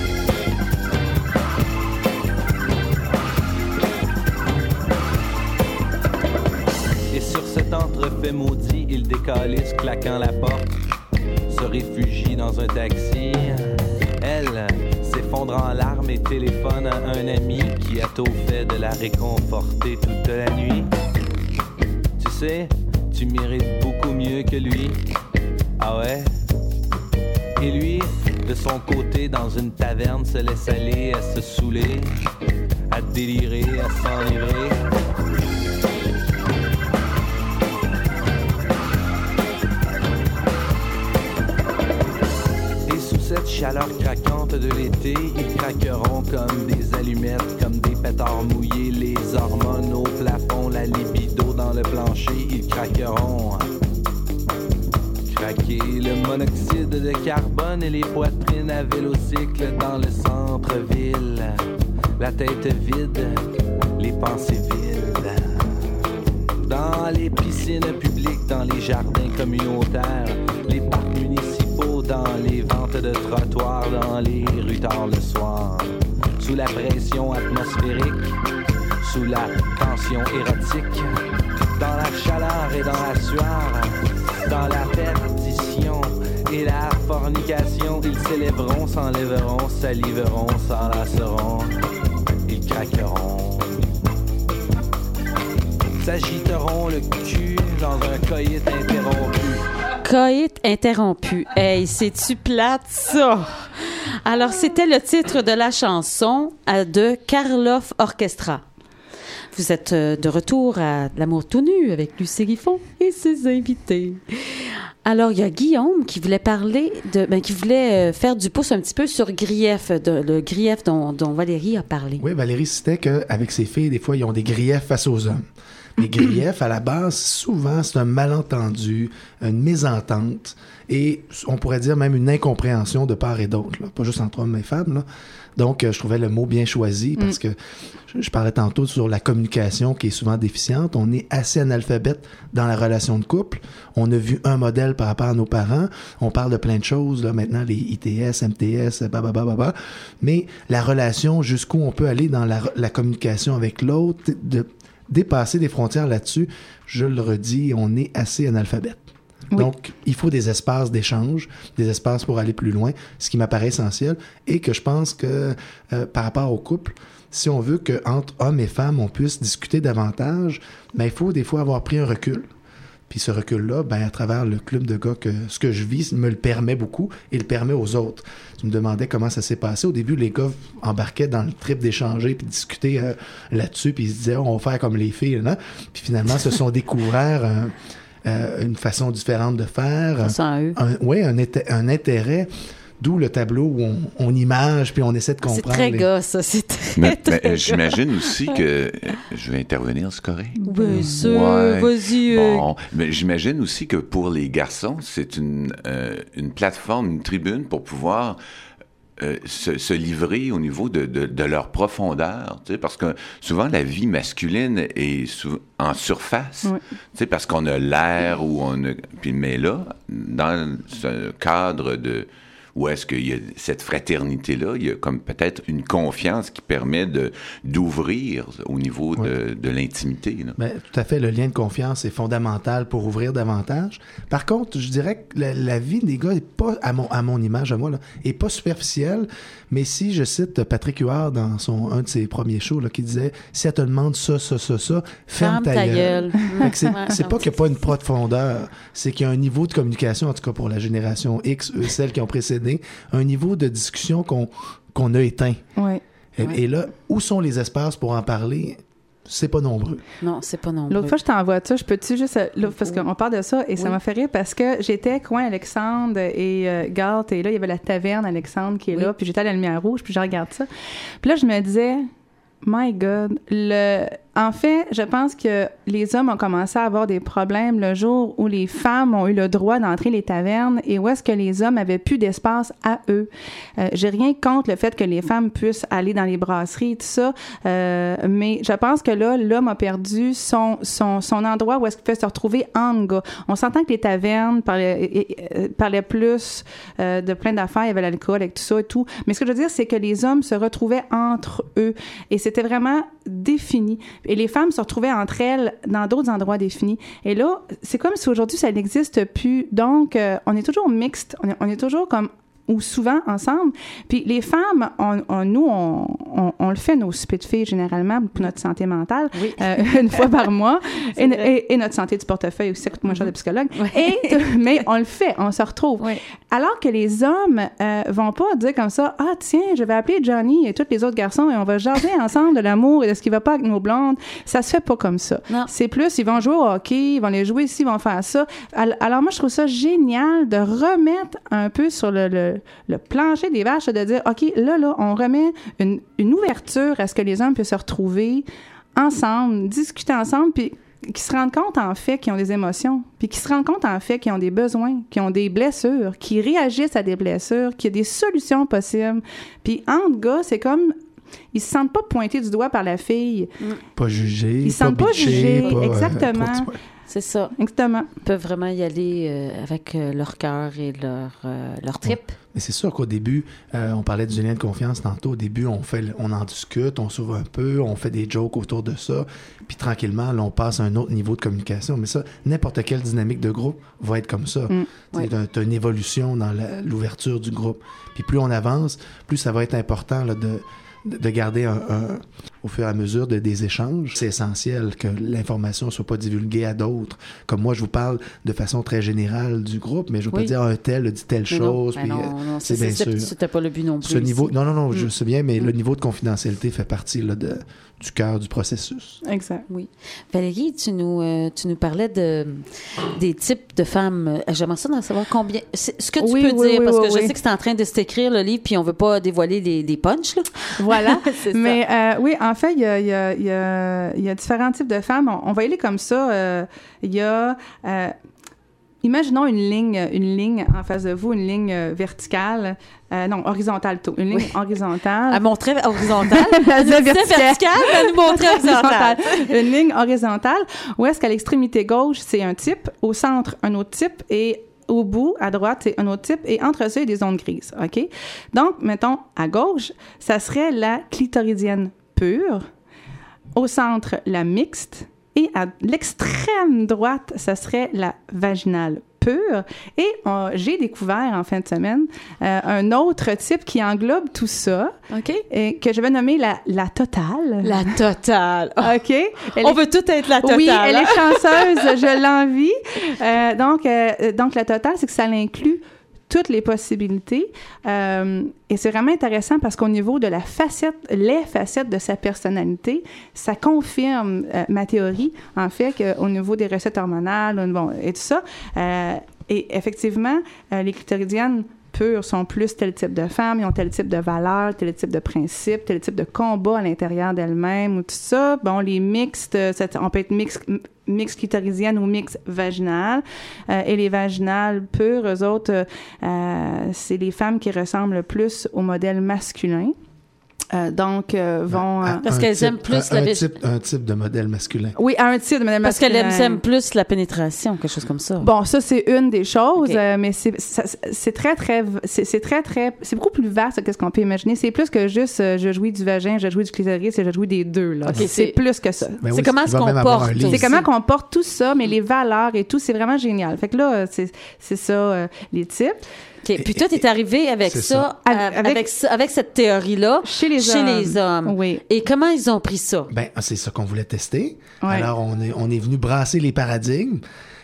Cet entrefait maudit, il décalisse, claquant la porte, se réfugie dans un taxi. Elle s'effondre en larmes et téléphone à un ami qui a tôt fait de la réconforter toute la nuit. Tu sais, tu mérites beaucoup mieux que lui. Ah ouais? Et lui, de son côté, dans une taverne, se laisse aller à se saouler, à délirer, à s'enivrer. Cette chaleur craquante de l'été, ils craqueront comme des allumettes, comme des pétards mouillés, les hormones au plafond, la libido dans le plancher, ils craqueront. Craquer le monoxyde de carbone et les poitrines à vélocycle dans le centre-ville, la tête vide, les pensées vides. Dans les piscines publiques, dans les jardins communautaires, les parcs municipaux, dans les ventes de trottoirs, dans les rues tard le soir. Sous la pression atmosphérique, sous la tension érotique, dans la chaleur et dans la sueur, dans la perdition et la fornication, ils s'élèveront, s'enlèveront, saliveront, s'enlaceront, ils craqueront. S'agiteront le cul dans un coït interrompu. Coït interrompu. Hey, c'est-tu plate, ça? Alors, c'était le titre de la chanson de Karloff Orchestra. Vous êtes de retour à L'amour tout nu avec Lucie Griffon et ses invités. Alors, il y a Guillaume qui voulait parler de, ben, qui voulait euh, faire du pouce un petit peu sur grief, de, le grief dont, dont Valérie a parlé. Oui, Valérie citait qu'avec ses filles, des fois, ils ont des griefs face aux hommes. Les griefs, à la base, souvent, c'est un malentendu, une mésentente, et on pourrait dire même une incompréhension de part et d'autre, là. Pas juste entre hommes et femmes, là. Donc, euh, je trouvais le mot bien choisi parce que je, je parlais tantôt sur la communication qui est souvent déficiente. On est assez analphabète dans la relation de couple. On a vu un modèle par rapport à nos parents. On parle de plein de choses, là, maintenant, les I T S, M T S, bababa, bababa. Mais la relation, jusqu'où on peut aller dans la, la communication avec l'autre, de dépasser des frontières là-dessus, je le redis, on est assez analphabète. Oui. Donc, il faut des espaces d'échange, des espaces pour aller plus loin, ce qui m'apparaît essentiel, et que je pense que euh, par rapport au couple, si on veut qu'entre hommes et femmes, on puisse discuter davantage, ben, il faut des fois avoir pris un recul. Puis ce recul-là, ben, à travers le club de gars, que ce que je vis me le permet beaucoup et le permet aux autres. Tu me demandais comment ça s'est passé. Au début, les gars embarquaient dans le trip d'échanger puis de discuter euh, là-dessus, puis ils se disaient, oh, on va faire comme les filles, là. Puis finalement, se sont découverts euh, euh, une façon différente de faire. Oui, un, un intérêt. D'où le tableau où on, on image puis on essaie de comprendre. C'est très les... gars, ça. C'est très, mais, très mais, gars. J'imagine aussi que... Je vais intervenir, c'est correct? Bien sûr, ouais. vas-y. Bon, mais j'imagine aussi que pour les garçons, c'est une, euh, une plateforme, une tribune pour pouvoir... Euh, se, se livrer au niveau de, de, de leur profondeur, tu sais, parce que souvent la vie masculine est sou- en surface, oui. tu sais, parce qu'on a l'air ou on a... Puis, mais là, dans ce cadre de... Où est-ce qu'il y a cette fraternité-là, il y a comme peut-être une confiance qui permet de, d'ouvrir au niveau oui. de, de l'intimité. Là. Bien, tout à fait, le lien de confiance est fondamental pour ouvrir davantage. Par contre, je dirais que la, la vie des gars n'est pas, à mon, à mon image, à moi, là, est pas superficielle, mais si je cite Patrick Huard dans son, un de ses premiers shows, là, qui disait « Si elle te demande ça, ça, ça, ça, ferme, ferme ta, ta gueule. » C'est, c'est pas qu'il n'y a pas une profondeur, c'est qu'il y a un niveau de communication, en tout cas pour la génération X, eux, celles qui ont précédé, un niveau de discussion qu'on, qu'on a éteint. Oui. Et, oui. et là, où sont les espaces pour en parler? C'est pas nombreux. Non, c'est pas nombreux. L'autre fois, je t'envoie ça. Je peux-tu juste... Là, parce qu'on parle de ça et oui. ça m'a fait rire parce que j'étais coin Alexandre et euh, Galt et là, il y avait la taverne Alexandre qui est oui. là. Puis j'étais à la lumière rouge puis je regarde ça. Puis là, je me disais... My God. Le... En fait, je pense que les hommes ont commencé à avoir des problèmes le jour où les femmes ont eu le droit d'entrer les tavernes et où est-ce que les hommes avaient plus d'espace à eux. Euh, j'ai rien contre le fait que les femmes puissent aller dans les brasseries et tout ça, euh, mais je pense que là, l'homme a perdu son, son, son endroit où est-ce qu'il peut se retrouver en gars. On s'entend que les tavernes parlaient, parlaient plus euh, de plein d'affaires, il y avait l'alcool avec tout ça et tout, mais ce que je veux dire, c'est que les hommes se retrouvaient entre eux et c'était vraiment défini. Et les femmes se retrouvaient entre elles dans d'autres endroits définis. Et là, c'est comme si aujourd'hui, ça n'existe plus. Donc, euh, on est toujours mixte. On est, on est toujours comme ou souvent ensemble. Puis les femmes, on, on, nous, on, on, on le fait, nos soupers de filles, généralement, pour notre santé mentale, oui. euh, une fois par mois, et, et, et notre santé du portefeuille aussi, ça coûte moins cher de psychologue. Oui. Et, mais on le fait, on se retrouve. Oui. Alors que les hommes euh, vont pas dire comme ça, « Ah, tiens, je vais appeler Johnny et tous les autres garçons et on va jaser ensemble de l'amour et de ce qui va pas avec nos blondes. » Ça se fait pas comme ça. Non. C'est plus, ils vont jouer au hockey, ils vont les jouer ici, ils vont faire ça. Alors moi, je trouve ça génial de remettre un peu sur le, le le plancher des vaches, de dire, OK, là, là, on remet une, une ouverture à ce que les hommes puissent se retrouver ensemble, discuter ensemble, puis qu'ils se rendent compte, en fait, qu'ils ont des émotions, puis qu'ils se rendent compte, en fait, qu'ils ont des besoins, qu'ils ont des blessures, qu'ils réagissent à des blessures, qu'il y a des solutions possibles. Puis, entre gars, c'est comme... Ils se sentent pas pointés du doigt par la fille. Pas jugés, Ils se sentent pas, pas jugés, pas, exactement. Euh, C'est ça. Exactement. Ils peuvent vraiment y aller euh, avec euh, leur cœur et leur, euh, leur trip. Ouais. Mais c'est sûr qu'au début, euh, on parlait du lien de confiance tantôt. Au début, on fait, on en discute, on s'ouvre un peu, on fait des jokes autour de ça. Puis tranquillement, là, on passe à un autre niveau de communication. Mais ça, n'importe quelle dynamique de groupe va être comme ça. Mm, oui. Tu as une évolution dans la, l'ouverture du groupe. Puis plus on avance, plus ça va être important là, de... de garder un, un, au fur et à mesure de, des échanges. C'est essentiel que l'information ne soit pas divulguée à d'autres. Comme moi, je vous parle de façon très générale du groupe, mais je ne veux oui. pas dire un tel a dit telle mais chose. Non, puis, non, euh, non, c'est c'est, bien c'est, sûr. C'était pas le but non plus. Ce niveau, non, non, non, mm. je sais bien, mais mm. le niveau de confidentialité fait partie là, de, du cœur du processus. Exact. Oui. Valérie, tu nous, euh, tu nous parlais de, des types de femmes. J'aimerais ça d'en savoir combien. C'est, ce que tu oui, peux oui, dire, oui, parce oui, que oui. je sais que c'est en train de s'écrire le livre, puis on veut pas dévoiler les, les punchs, là. Voilà. C'est ça. Mais euh, oui, en fait, il y a, il y, a, il y, a, il y a différents types de femmes. On, on va y aller comme ça. Euh, il y a... Euh, imaginons une ligne, une ligne en face de vous, une ligne euh, verticale. Euh, non, horizontale plutôt. Une ligne Oui. horizontale. Elle montrait horizontale. Elle disait verticale. verticale, elle nous montrait horizontale. Une ligne horizontale. Où est-ce qu'à l'extrémité gauche, c'est un type, au centre, un autre type, et au bout, à droite, c'est un autre type, et entre ça, il y a des zones grises. OK? Donc, mettons, à gauche, ça serait la clitoridienne pure. Au centre, la mixte. Et à l'extrême droite, ça serait la vaginale pure. Et euh, j'ai découvert en fin de semaine euh, un autre type qui englobe tout ça, OK. et que je vais nommer la, la totale. La totale. OK? Elle On est- veut tout être la totale. Oui, elle hein? est chanceuse, je l'envie. Euh, donc, euh, donc, la totale, c'est que ça l'inclut toutes les possibilités. Euh, et c'est vraiment intéressant parce qu'au niveau de la facette, les facettes de sa personnalité, ça confirme euh, ma théorie, en fait, qu'au niveau des recettes hormonales, bon, et tout ça. Euh, et effectivement, euh, les clitoridiennes pures sont plus tel type de femmes, ils ont tel type de valeurs, tel type de principes, tel type de combat à l'intérieur d'elles-mêmes ou tout ça. Bon, les mixtes, ça, on peut être mixte mix clitoridienne ou mix vaginal. Euh, et les vaginales pures, eux autres, euh, c'est les femmes qui ressemblent le plus au modèle masculin. Euh, donc, euh, vont... À- euh, Parce un qu'elles type- aiment plus un, la un vég- type, un type de modèle masculin. oui, à un type de modèle Parce masculin. qu'elles aiment plus la pénétration, quelque chose comme ça. Bon, ça, c'est une des choses, Ok. euh, mais c'est, ça- c'est très, très... C'est, c'est très, très... C'est beaucoup plus vaste que ce qu'on peut imaginer. C'est plus que juste euh, je jouis du vagin, je jouis du clitoris et je jouis des deux, là. Ok, c'est, c'est- plus que ça. Ben C'est oui, comment il est-ce va qu'on même avoir porte un livre. C'est aussi. comment qu'on porte tout ça, mais les valeurs et tout, c'est vraiment génial. Fait que là, c'est, c'est ça, euh, les types. OK. Puis toi, tu es arrivé avec C'est ça, ça. euh, Avec- avec, ça- avec cette théorie-là Chez les chez hommes. les hommes. Oui. Et comment ils ont pris ça? Ben, c'est ça qu'on voulait tester. Ouais. Alors, on est, on est venu brasser les paradigmes.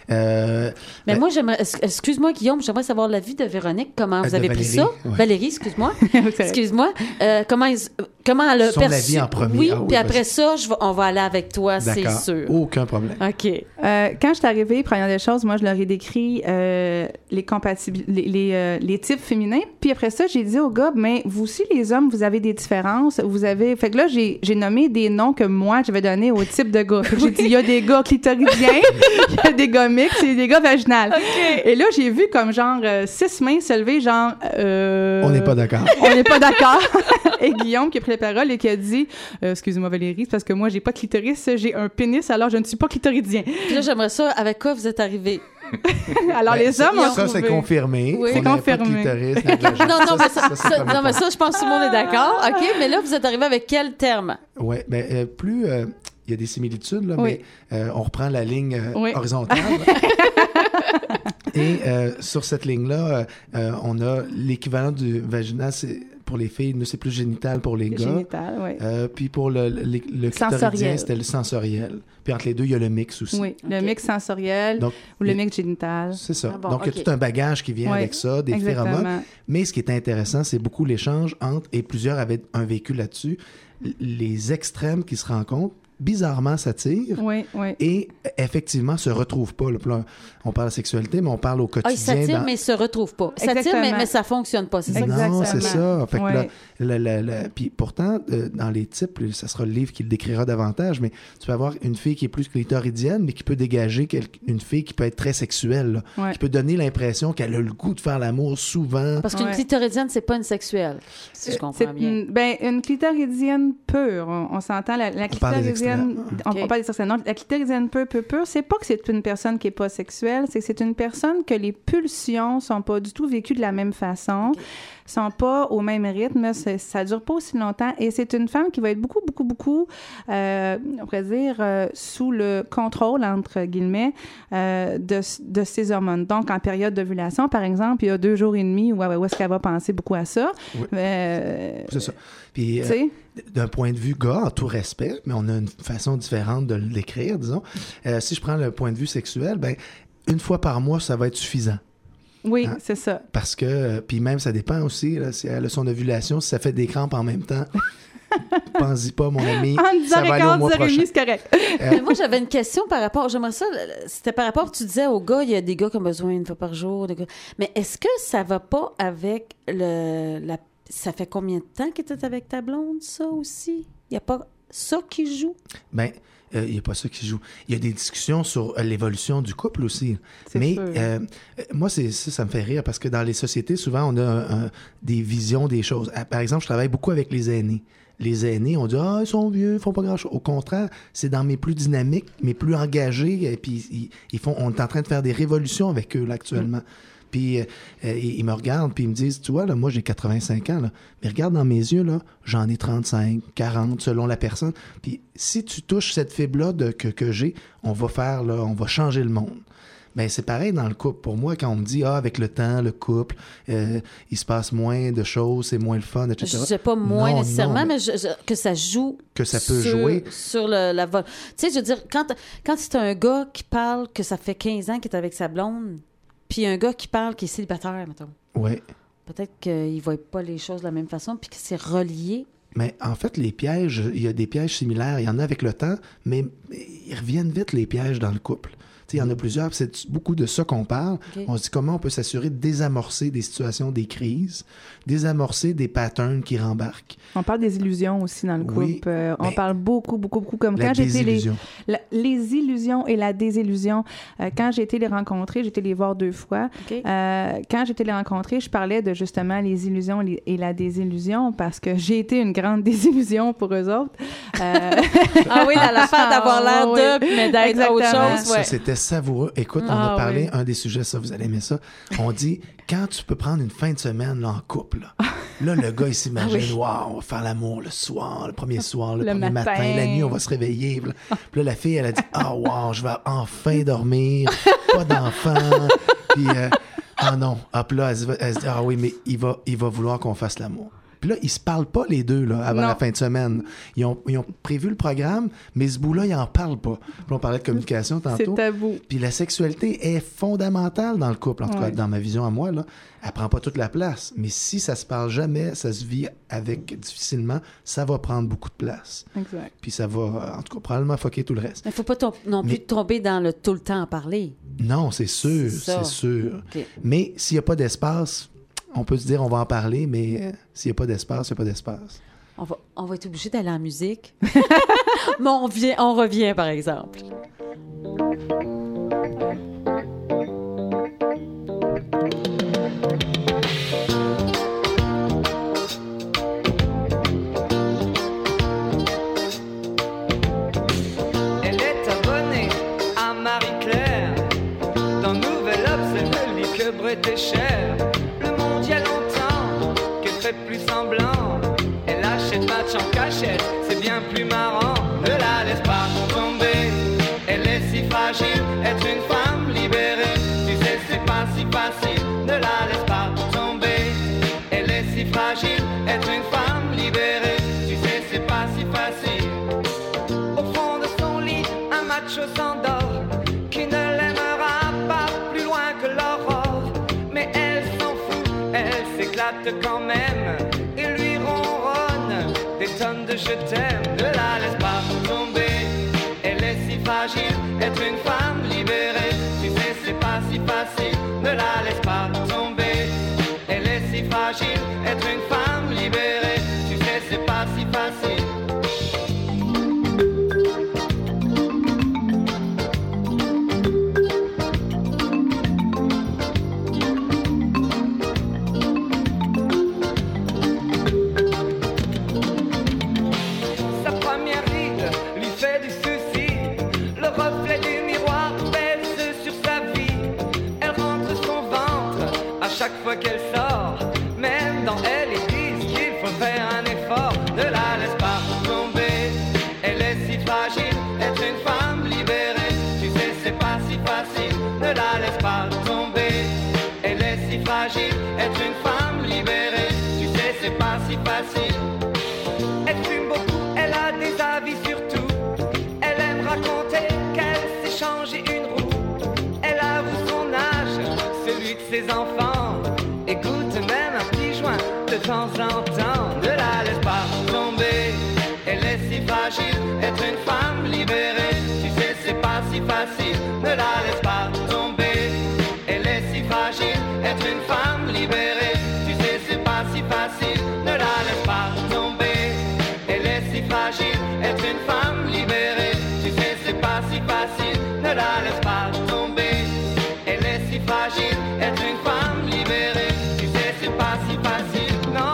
Euh, Mais ben, moi, j'aimerais... es- Excuse-moi, Guillaume, j'aimerais savoir l'avis de Véronique. Comment vous de avez pris Valérie, ça? ouais. Valérie, excuse-moi. correct. Excuse-moi. Euh, comment, ils- comment elle a Son perçu... avis en premier. Oui, Ah oui, puis après vas-y. ça, je vais- on va aller avec toi, c'est d'accord. sûr. Aucun problème. OK. Euh, quand je suis arrivée, première des choses, moi, je leur ai décrit euh, les, compatibil- les, les, euh, les types féminins. Puis après ça, j'ai dit aux gars, mais vous aussi, les hommes, vous avez des différences. Vous avez... Fait que là, j'ai, j'ai nommé des noms que moi, je vais donner au type de gars. Fait que j'ai dit, il y a des gars clitoridiens, il y a des gars mixtes et des gars vaginales. Et là, j'ai vu comme genre euh, six mains se lever, genre... euh, On n'est pas d'accord. On n'est pas d'accord. Et Guillaume qui a pris la parole et qui a dit euh, excusez-moi Valérie, c'est parce que moi j'ai pas de clitoris, j'ai un pénis, alors je ne suis pas clitoridien. Puis là, j'aimerais ça, avec quoi vous êtes arrivés? Alors Ben, les ça, hommes ont ça, trouvé. c'est confirmé. Oui. On C'est n'avait pas de confirmé. clitoris, ni de vagin. Non, non, mais ça, c'est ça- le premier non, mais point. ça, je pense que tout le monde est d'accord. OK, mais là, vous êtes arrivé avec quel terme? Oui, ben, euh, plus euh, il y a des similitudes, là, Oui. mais euh, on reprend la ligne euh, Oui. horizontale. Et euh, sur cette ligne-là, euh, euh, on a l'équivalent du vaginal, c'est, pour les filles, nous, c'est plus génital pour les gars. Génital, oui. Euh, puis pour le, le, le clitoridien, Sensoriel. c'était le sensoriel. Puis entre les deux, il y a le mix aussi. Oui, le OK. mix sensoriel Donc, ou le il- mix génital. C'est ça. Ah bon, Donc, il y a ok. tout un bagage qui vient Oui, avec ça, des exactement. phéromones. Mais ce qui est intéressant, c'est beaucoup l'échange entre, et plusieurs avaient un vécu là-dessus, l- les extrêmes qui se rencontrent, bizarrement s'attirent. Oui, oui. Et effectivement, se retrouvent pas. Là. Puis là, on parle de sexualité, mais on parle au Ah, ils quotidien. s'attirent, dans- mais ils se retrouvent pas. Ils s'attirent, Exactement. mais, mais ça fonctionne pas. C'est ça? Exactement. Non, c'est ça. Fait que Ouais. là, la- la- la- puis pourtant, euh, dans les types, ça sera le livre qui le décrira davantage, mais tu peux avoir une fille qui est plus clitoridienne, mais qui peut dégager quel- une fille qui peut être très sexuelle, là, Ouais. qui peut donner l'impression qu'elle a le goût de faire l'amour souvent. Parce qu'une Ouais. clitoridienne, c'est pas une sexuelle, si je comprends C'est bien. une, ben, une clitoridienne pure, on, on s'entend. La, la On parle des clitoridienne, extrêmes. on, Ok. on parle des extrêmes. Non, la clitoridienne pure, pure, pure, c'est pas que c'est une personne qui est pas sexuelle, c'est que c'est une personne que les pulsions sont pas du tout vécues de la même façon, sont pas au même rythme, c'est- ça dure pas aussi longtemps, et c'est une femme qui va être beaucoup, beaucoup, beaucoup, euh, on pourrait dire, euh, sous le contrôle, entre guillemets, euh, de, de ses hormones. Donc, en période d'ovulation, par exemple, il y a deux jours et demi où, où est-ce qu'elle va penser beaucoup à ça. Oui. Euh, C'est ça. Puis, tu euh, sais, d'un point de vue gars, en tout respect, mais on a une façon différente de l'écrire, disons. Euh, si je prends le point de vue sexuel, ben une fois par mois, ça va être suffisant. Oui, Hein? c'est ça. Parce que, euh, puis même, ça dépend aussi, là, si elle a son ovulation, si ça fait des crampes en même temps, pense-y pas, mon ami, En ça va aller au mois dix heures quinze, prochain. c'est correct. Mais moi, j'avais une question par rapport. J'aimerais ça. C'était par rapport. Tu disais aux gars, il y a des gars qui ont besoin une fois par jour. Des gars. Mais est-ce que ça va pas avec le. La, ça fait combien de temps que tu es avec ta blonde, ça aussi? Il n'y a pas ça qui joue? Ben, il n'y a pas ça qui joue. Il y a des discussions sur euh, l'évolution du couple aussi. C'est Mais sûr. euh, moi, c'est, ça, ça me fait rire parce que dans les sociétés, souvent, on a un- des visions des choses. Ah, par exemple, je travaille beaucoup avec les aînés. Les aînés, on dit « Ah, ils sont vieux, ils font pas grand-chose. » Au contraire, c'est dans mes plus dynamiques, mes plus engagés, et puis ils, ils font, on est en train de faire des révolutions avec eux, là, actuellement. Mm. Puis euh, euh, ils, ils me regardent, puis ils me disent « Tu vois, là, moi, j'ai quatre-vingt-cinq ans, là, mais regarde dans mes yeux, là, j'en ai trente-cinq, quarante, selon la personne. Puis si tu touches cette fibre-là de, que, que j'ai, on va faire, là, on va changer le monde. » Ben c'est pareil dans le couple. Pour moi, quand on me dit « Ah, avec le temps, le couple, euh, il se passe moins de choses, c'est moins le fun, et cetera » Je sais pas moins Non, nécessairement, non, mais, je- je- que ça joue. que ça peut sur, jouer. sur le, la vol. Tu sais, je veux dire, quand, quand c'est un gars qui parle que ça fait quinze ans qu'il est avec sa blonde, puis un gars qui parle qui est célibataire, mettons, Ouais. peut-être qu'il ne voit pas les choses de la même façon, puis que c'est relié. Mais en fait, les pièges, il y a des pièges similaires. Il y en a avec le temps, mais ils reviennent vite, les pièges, dans le couple. Tu sais, il y en a plusieurs, puis c'est beaucoup de ça qu'on parle. Ok. On se dit comment on peut s'assurer de désamorcer des situations, des crises, désamorcer des patterns qui rembarquent. On parle des illusions aussi dans le couple. Oui, Euh, on mais parle beaucoup, beaucoup, beaucoup. Comme La quand j'ai été les, désillusion. la- les illusions et la désillusion. Euh, quand j'ai été les rencontrer, j'ai été les voir deux fois. OK? Euh, quand j'étais les rencontrer, je parlais de justement les illusions les- et la désillusion parce que j'ai été une grande désillusion pour eux autres. Euh, Ah oui, la- l'affaire d'avoir l'air Ah, de, oui. mais d'être autre Exactement. chose. Ça, Ouais. c'était savoureux. Écoute, on Ah, a parlé, oui. un des sujets, ça, vous allez aimer ça. On dit, quand tu peux prendre une fin de semaine là, en couple, là, là, le gars, il s'imagine, Ah oui. waouh, on va faire l'amour le soir, le premier soir, le, Le premier matin. matin. la nuit, on va se réveiller. Puis là, puis là, la fille, elle a dit, ah, wow, je vais enfin dormir, pas d'enfant. Puis, euh, ah non, hop là, elle se, elle se dit, ah oui, mais il va, il va vouloir qu'on fasse l'amour. Puis là, ils se parlent pas les deux là, avant Non. la fin de semaine. Ils ont, ils ont prévu le programme, mais ce bout-là, ils en parlent pas. Puis on parlait de communication c'est tantôt. tabou. Puis la sexualité est fondamentale dans le couple, en tout cas, Ouais. dans ma vision à moi, là. Elle prend pas toute la place. Mais si ça se parle jamais, ça se vit avec difficilement, ça va prendre beaucoup de place. Exact. Puis ça va, en tout cas, probablement fucker tout le reste. Mais il ne faut pas tom- non plus Mais- tomber dans le tout le temps à parler. Non, c'est sûr, C'est ça. c'est sûr. OK. Mais s'il n'y a pas d'espace, on peut se dire on va en parler, mais euh, s'il n'y a pas d'espace, il n'y a pas d'espace. On va, on va être obligé d'aller en musique. Mais on, vient, on revient, par exemple. Elle est abonnée à Marie-Claire. Dans Nouvel Obs, elle ne lit que Bret et Cher. Le monde y a longtemps qu'elle fait plus semblant. Elle achète match en cachette, c'est bien plus marrant. Ne la laisse pas tomber, elle est si fragile. Être une femme libérée, tu sais c'est pas si facile. Ne la laisse pas tomber, elle est si fragile. Être une femme libérée, tu sais c'est pas si facile. Au fond de son lit, un macho s'endort, qui ne l'aimera pas plus loin que l'aurore. Mais elle s'en fout, elle s'éclate quand même, et lui ronronne des tonnes de je t'aime. Ne la laisse pas tomber, elle est si fragile. Être une femme libérée, tu sais c'est pas si facile. Ne la laisse pas tomber, elle est si fragile. Être une femme libérée, tu sais c'est pas si facile. Sa première ride lui fait du souci. Le reflet du miroir pèse sur sa vie. Elle rentre son ventre à chaque fois qu'elle sort. Même dans elle, ils disent qu'il faut faire un effort. Ne la laisse pas tomber, elle est si fragile. Être une femme libérée, tu sais c'est pas si facile. Ne la laisse pas tomber, elle est si fragile. Être une femme libérée, tu sais c'est pas si facile. Être une profite ses enfants et goûte même un petit joint de temps en temps. Ne la laisse pas tomber, elle est si fragile. Être une femme libérée, tu sais c'est pas si facile. Ne la laisse pas tomber, elle est si fragile. Être une femme libérée, tu sais c'est pas si facile. Ne la laisse pas tomber, elle est si fragile. Être une femme libérée, tu sais c'est pas si facile. Ne la laisse pas tomber, elle est si fragile. Être une femme libérée, tu sais c'est pas si facile. Non.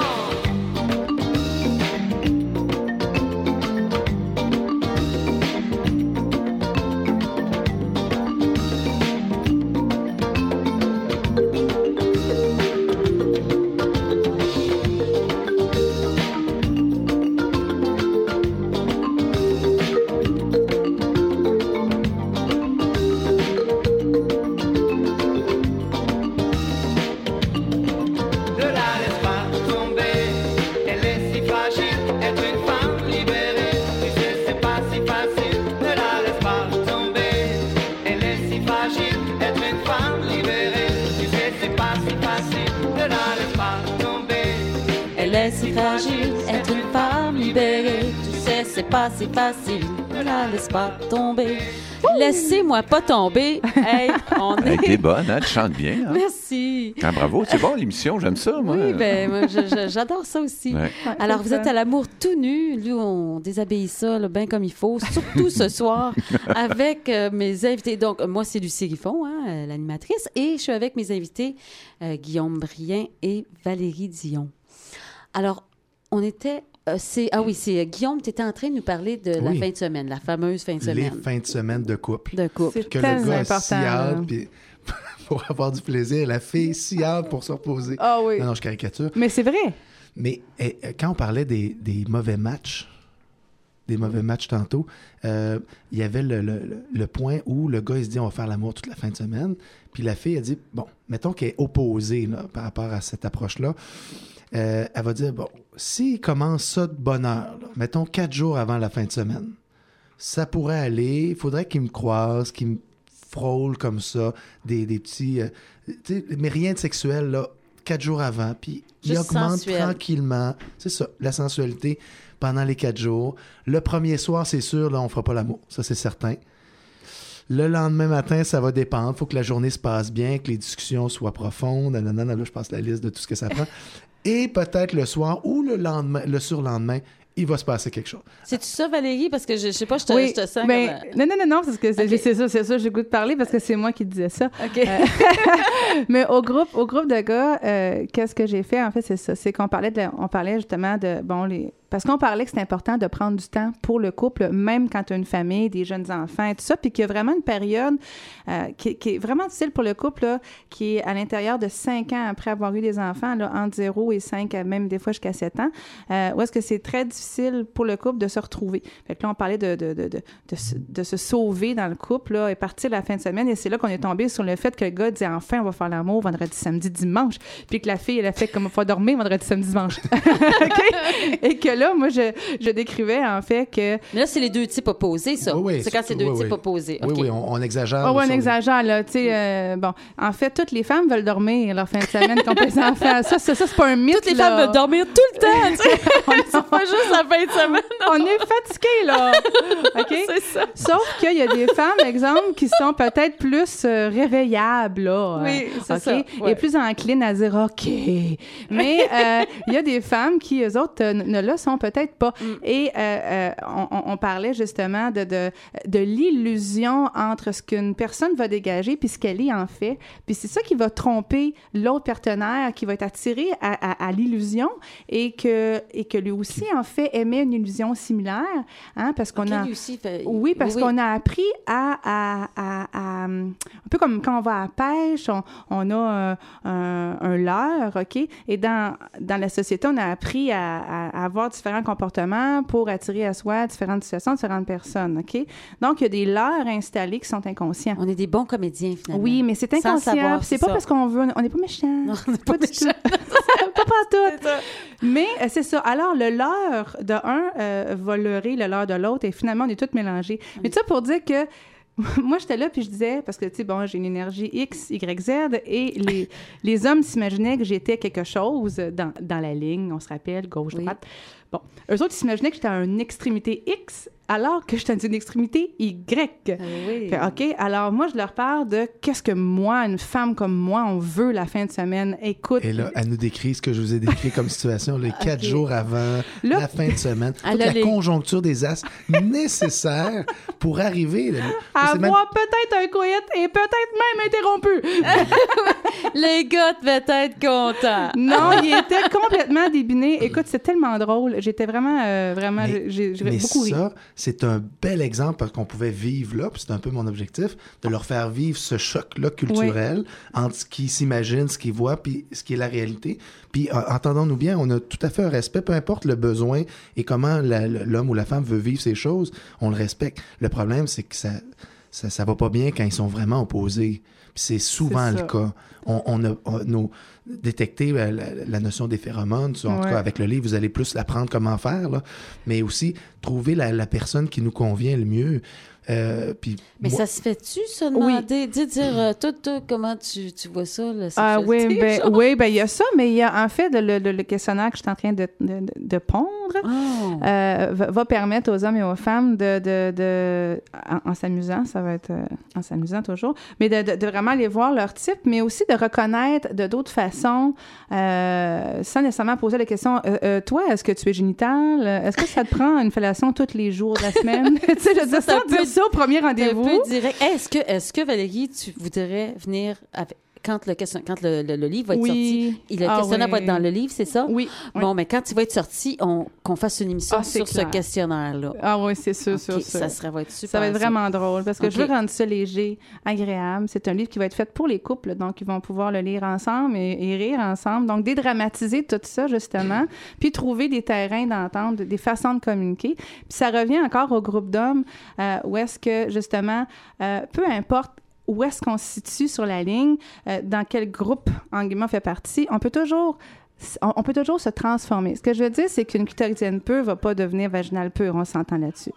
Si fragile, être une femme libérée, tu sais, c'est pas si facile, ne la laisse pas tomber. Laissez-moi pas tomber. Hey, on est... Hey, t'es bonne, hein? Tu chantes bien. Hein? Merci. Ah, bravo, c'est bon l'émission, j'aime ça, moi. Oui, ben moi, je, je, j'adore ça aussi. Ouais. Alors, vous êtes à l'amour tout nu. Nous, on déshabille ça là, bien comme il faut, surtout ce soir, avec euh, mes invités. Donc, moi, c'est Lucie Griffon, hein, euh, l'animatrice, et je suis avec mes invités, euh, Guillaume Brien et Valérie Dion. Alors, on était... Euh, c'est, ah oui, c'est euh, Guillaume, tu étais en train de nous parler de la Oui. fin de semaine, la fameuse fin de Les semaine. fins de semaine de couple. De couple. C'est Que très le gars important. si hâte, puis pour avoir du plaisir, la fille si hâte pour se reposer. Ah oui. Non, non, je caricature. Mais c'est vrai. Mais eh, quand on parlait des, des mauvais matchs, des mauvais matchs tantôt, euh, il y avait le, le, le- le point où le gars il se dit on va faire l'amour toute la fin de semaine, puis la fille a dit bon, mettons qu'elle est opposée là, par rapport à cette approche-là. Euh, elle va dire, bon, s'il commence ça de bonne heure, là, mettons quatre jours avant la fin de semaine, ça pourrait aller, il faudrait qu'il me croise, qu'il me frôle comme ça, des, des petits... euh, tu sais, mais rien de sexuel, là, quatre jours avant, puis il Juste augmente sensuel. tranquillement, c'est ça, la sensualité pendant les quatre jours. Le premier soir, c'est sûr, là, on fera pas l'amour, ça c'est certain. Le lendemain matin, ça va dépendre. Il faut que la journée se passe bien, que les discussions soient profondes. Nanana, là, je passe la liste de tout ce que ça prend. Et peut-être le soir ou le lendemain, le surlendemain, il va se passer quelque chose. C'est-tu ça, Valérie? Parce que je, je sais pas, je te, Oui, je te sens ben, comme... non, non, non, non, parce que c'est, Ok. c'est ça, c'est ça, j'ai le goût de parler parce que c'est moi qui disais ça. OK. Euh, mais au groupe, au groupe de gars, euh, qu'est-ce que j'ai fait? En fait, c'est ça. C'est qu'on parlait de, on parlait justement de, bon, les, parce qu'on parlait que c'est important de prendre du temps pour le couple, même quand tu as une famille, des jeunes enfants et tout ça, puis qu'il y a vraiment une période euh, qui, qui est vraiment difficile pour le couple, là, qui est à l'intérieur de cinq ans après avoir eu des enfants, là, entre zéro et cinq, même des fois jusqu'à sept ans, euh, où est-ce que c'est très difficile pour le couple de se retrouver. Fait que là, on parlait de, de, de, de, de, se, de se sauver dans le couple, là, et partir la fin de semaine, et c'est là qu'on est tombé sur le fait que le gars dit enfin, on va faire l'amour vendredi, samedi, dimanche, puis que la fille, elle a fait comme on va dormir vendredi, samedi, dimanche. OK? Et que là, moi, je, je décrivais en fait que... Mais là, c'est les deux types opposés, ça. Oui, oui, c'est quand c'est deux oui, types oui. opposés. Oui, OK. oui, on, on exagère. Oh, là, ouais, on sur le- exagère, là. Tu sais, euh, bon, en fait, toutes les femmes veulent dormir leur fin de semaine quand les enfants. Ça, ça, ça c'est pas un mythe. Toutes les là. femmes veulent dormir tout le temps, tu sais. C'est pas juste la fin de semaine. On est fatigués, là. OK? C'est ça. Sauf qu'il y a des femmes, exemple, qui sont peut-être plus euh, réveillables, là. Oui, c'est OK? ça, ouais. Et plus enclines à dire OK. Mais euh, il y a des femmes qui, eux autres, euh, ne le sont peut-être pas. Mm. Et euh, euh, on, on- on parlait justement de, de, de l'illusion entre ce qu'une personne va dégager puis ce qu'elle est en fait. Puis c'est ça qui va tromper l'autre partenaire, qui va être attiré à, à, à l'illusion et que, et que lui aussi, en fait, aimait une illusion similaire. Hein, parce qu'on OK, a... lui aussi fait- Oui, parce oui. qu'on a appris à, à, à, à, hum, un peu comme quand on va à la pêche, on, on a euh, un, un leurre, OK? Et dans, dans la société, on a appris à, à, à avoir différents comportements pour attirer à soi différentes situations, différentes personnes, OK? Donc, il y a des leurres installés qui sont inconscients. On est des bons comédiens, finalement. Oui, mais c'est Sans inconscient. savoir, puis c'est c'est pas ça. parce qu'on veut... On n'est pas méchants. Non, on n'est pas du tout. méchants. Pas partout. C'est ça. Mais euh, c'est ça. Alors, le leurre de un euh, va leurrer le leurre de l'autre et finalement, on est tous mélangés. Mais tout ça pour dire que moi, j'étais là, puis je disais, parce que, tu sais, bon, j'ai une énergie X, Y, Z, et les, les hommes s'imaginaient que j'étais quelque chose dans, dans la ligne, on se rappelle, gauche, Oui. droite. Bon, eux autres, ils s'imaginaient que j'étais à une extrémité X, alors que j'étais à une extrémité Y. Ah oui. Fait, OK, alors moi, je leur parle de qu'est-ce que moi, une femme comme moi, on veut la fin de semaine. Écoute... Et là, elle nous décrit ce que je vous ai décrit comme situation, les quatre Ok. jours avant Là- la fin de semaine. Elle Toute a la les- conjoncture des astres nécessaires pour arriver. là. C'est même- Avoir peut-être un coït et peut-être même interrompu. Les gars devaient être contents. Non, il était complètement débiné. Écoute, c'est tellement drôle. J'étais vraiment, euh, vraiment, Mais- j'ai j'ai Mais beaucoup ri. ça, c'est un bel exemple parce qu'on pouvait vivre là, puis c'est un peu mon objectif, de leur faire vivre ce choc-là culturel entre ce qu'ils s'imaginent, ce qu'ils voient, puis ce qui est la réalité. Puis, euh, entendons-nous bien, on a tout à fait un respect, peu importe le besoin et comment la- l'homme ou la femme veut vivre ces choses, on le respecte. Le problème, c'est que ça, ça, ça va pas bien quand ils sont vraiment opposés. Puis c'est souvent C'est le ça. cas. On, on a on- nos, détecté la, la- la notion des phéromones. En tout Ouais. cas, avec le livre, vous allez plus l'apprendre comment faire, là. Mais aussi trouver la, la personne qui nous convient le mieux. Euh, puis Mais moi- ça se fait-tu, ça, demander, dire, dire euh, toi, toi, comment tu, tu vois ça, la Ah oui, sexualité, ben, genre? oui, ben il y a ça, mais il y a en fait le, le- le questionnaire que je suis en train de, de, de- de pondre Oh. euh, va, va permettre aux hommes et aux femmes de, de, de en, en s'amusant, ça va être euh, en s'amusant toujours, mais de, de, de vraiment aller voir leur type, mais aussi de reconnaître de d'autres façons, euh, sans nécessairement poser la question, euh, euh, toi, est-ce que tu es génital? Est-ce que ça te prend une fellation tous les jours de la semaine? Tu sais, je veux dire, Ça, ça sans peut- dire ça au premier C'est un rendez-vous. peu direct. Est-ce que, est-ce que Valérie, tu voudrais venir avec, quand le, question- quand le, le- le livre va être Oui. sorti? Et le Ah questionnaire va oui. être dans le livre, c'est ça? Oui. oui. Bon, mais quand il va être sorti, on, qu'on fasse une émission Ah, c'est sur ce clair. questionnaire-là. Ah oui, c'est sûr, Ok, sûr, sûr. ça serait, va être super. Ça va être vraiment drôle parce que je veux Ok. rendre ça léger, agréable. C'est un livre qui va être fait pour les couples, donc ils vont pouvoir le lire ensemble et, et rire ensemble. Donc, dédramatiser tout ça, justement, puis trouver des terrains d'entente, des façons de communiquer. Puis ça revient encore au groupe d'hommes euh, où est-ce que, justement, euh, peu importe où est-ce qu'on se situe sur la ligne, euh, dans quel groupe, en guillemets, on fait partie, on peut toujours... On on peut toujours se transformer. Ce que je veux dire, c'est qu'une clitoridienne pure ne va pas devenir vaginale pure. On s'entend là-dessus.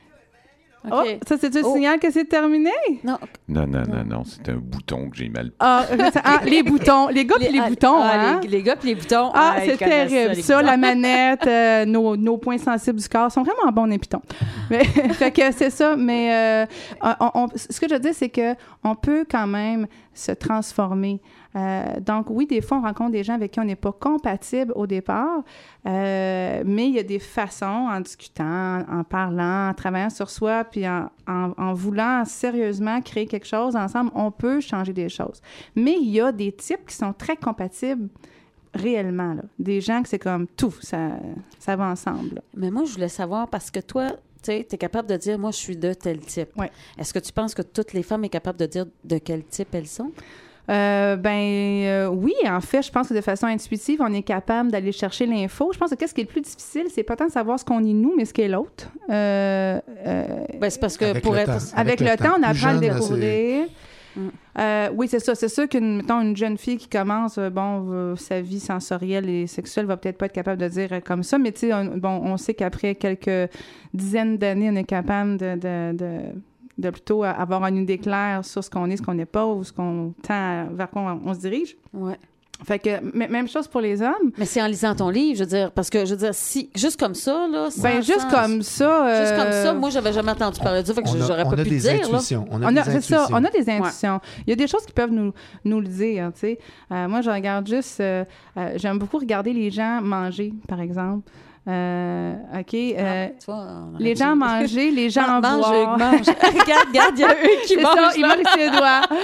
OK. Oh, ça, c'est un Oh. signal que c'est terminé? Non. Non, non, non, non, c'est un bouton que j'ai mal. Ah, ah, les boutons. Les gars puis les ah, boutons, ah, hein? les, les gars puis les boutons. Ah, ils c'est connaissent terrible. les Ça, boutons. la manette, euh, nos, nos points sensibles du corps sont vraiment bons des pitons. Mais, fait que c'est ça. Mais euh, on- on- ce que je veux dire, c'est que on peut quand même se transformer. Euh, donc, oui, des fois, on rencontre des gens avec qui on n'est pas compatible au départ, euh, mais il y a des façons, en discutant, en parlant, en travaillant sur soi, puis en, en, en voulant sérieusement créer quelque chose ensemble, on peut changer des choses. Mais il y a des types qui sont très compatibles réellement, là. Des gens que c'est comme tout, ça, ça va ensemble. là. Mais moi, je voulais savoir, parce que toi, tu sais, es capable de dire, moi, je suis de tel type. Ouais. Est-ce que tu penses que toutes les femmes sont capables de dire de quel type elles sont? Euh, ben euh, oui, en fait, je pense que de façon intuitive, on est capable d'aller chercher l'info. Je pense que qu'est-ce qui est le plus difficile, c'est pas tant de savoir ce qu'on est nous, mais ce qu'est l'autre. Euh, euh, Ben, c'est parce que Avec pour le être... temps. avec, le, temps, on Plus apprend à le jeune, là, découvrir. Mm. Euh, oui, c'est ça. C'est sûr qu'une mettons, une jeune fille qui commence, euh, bon, euh, sa vie sensorielle et sexuelle va peut-être pas être capable de dire euh, comme ça, mais tu sais, on, bon, on sait qu'après quelques dizaines d'années, on est capable de, de, de, de plutôt avoir une idée claire sur ce qu'on est, ce qu'on n'est pas, ou ce qu'on tend, vers quoi on, on se dirige. Ouais. Fait que, m- même chose pour les hommes. Mais c'est en lisant ton livre, je veux dire, parce que, je veux dire, si, juste comme ça, là... sans- Ben, juste sans- comme ça. euh, Juste comme ça, moi, j'avais jamais entendu parler de ça, fait que on a, j'aurais on pas a pu des le dire, là. intuitions. On a On des a, c'est ça, intuitions. on a des intuitions. Il y a des choses qui peuvent nous, nous le dire, tu sais. Euh, moi, je regarde juste... euh, euh, j'aime beaucoup regarder les gens manger, par exemple. Euh, OK. euh, Ah, tu vois, on aurait les dû- gens manger, les gens Man- mange, boire. Hugues, mange. regarde, regarde, il y a eux qui C'est mangent. ça, il là. mange ses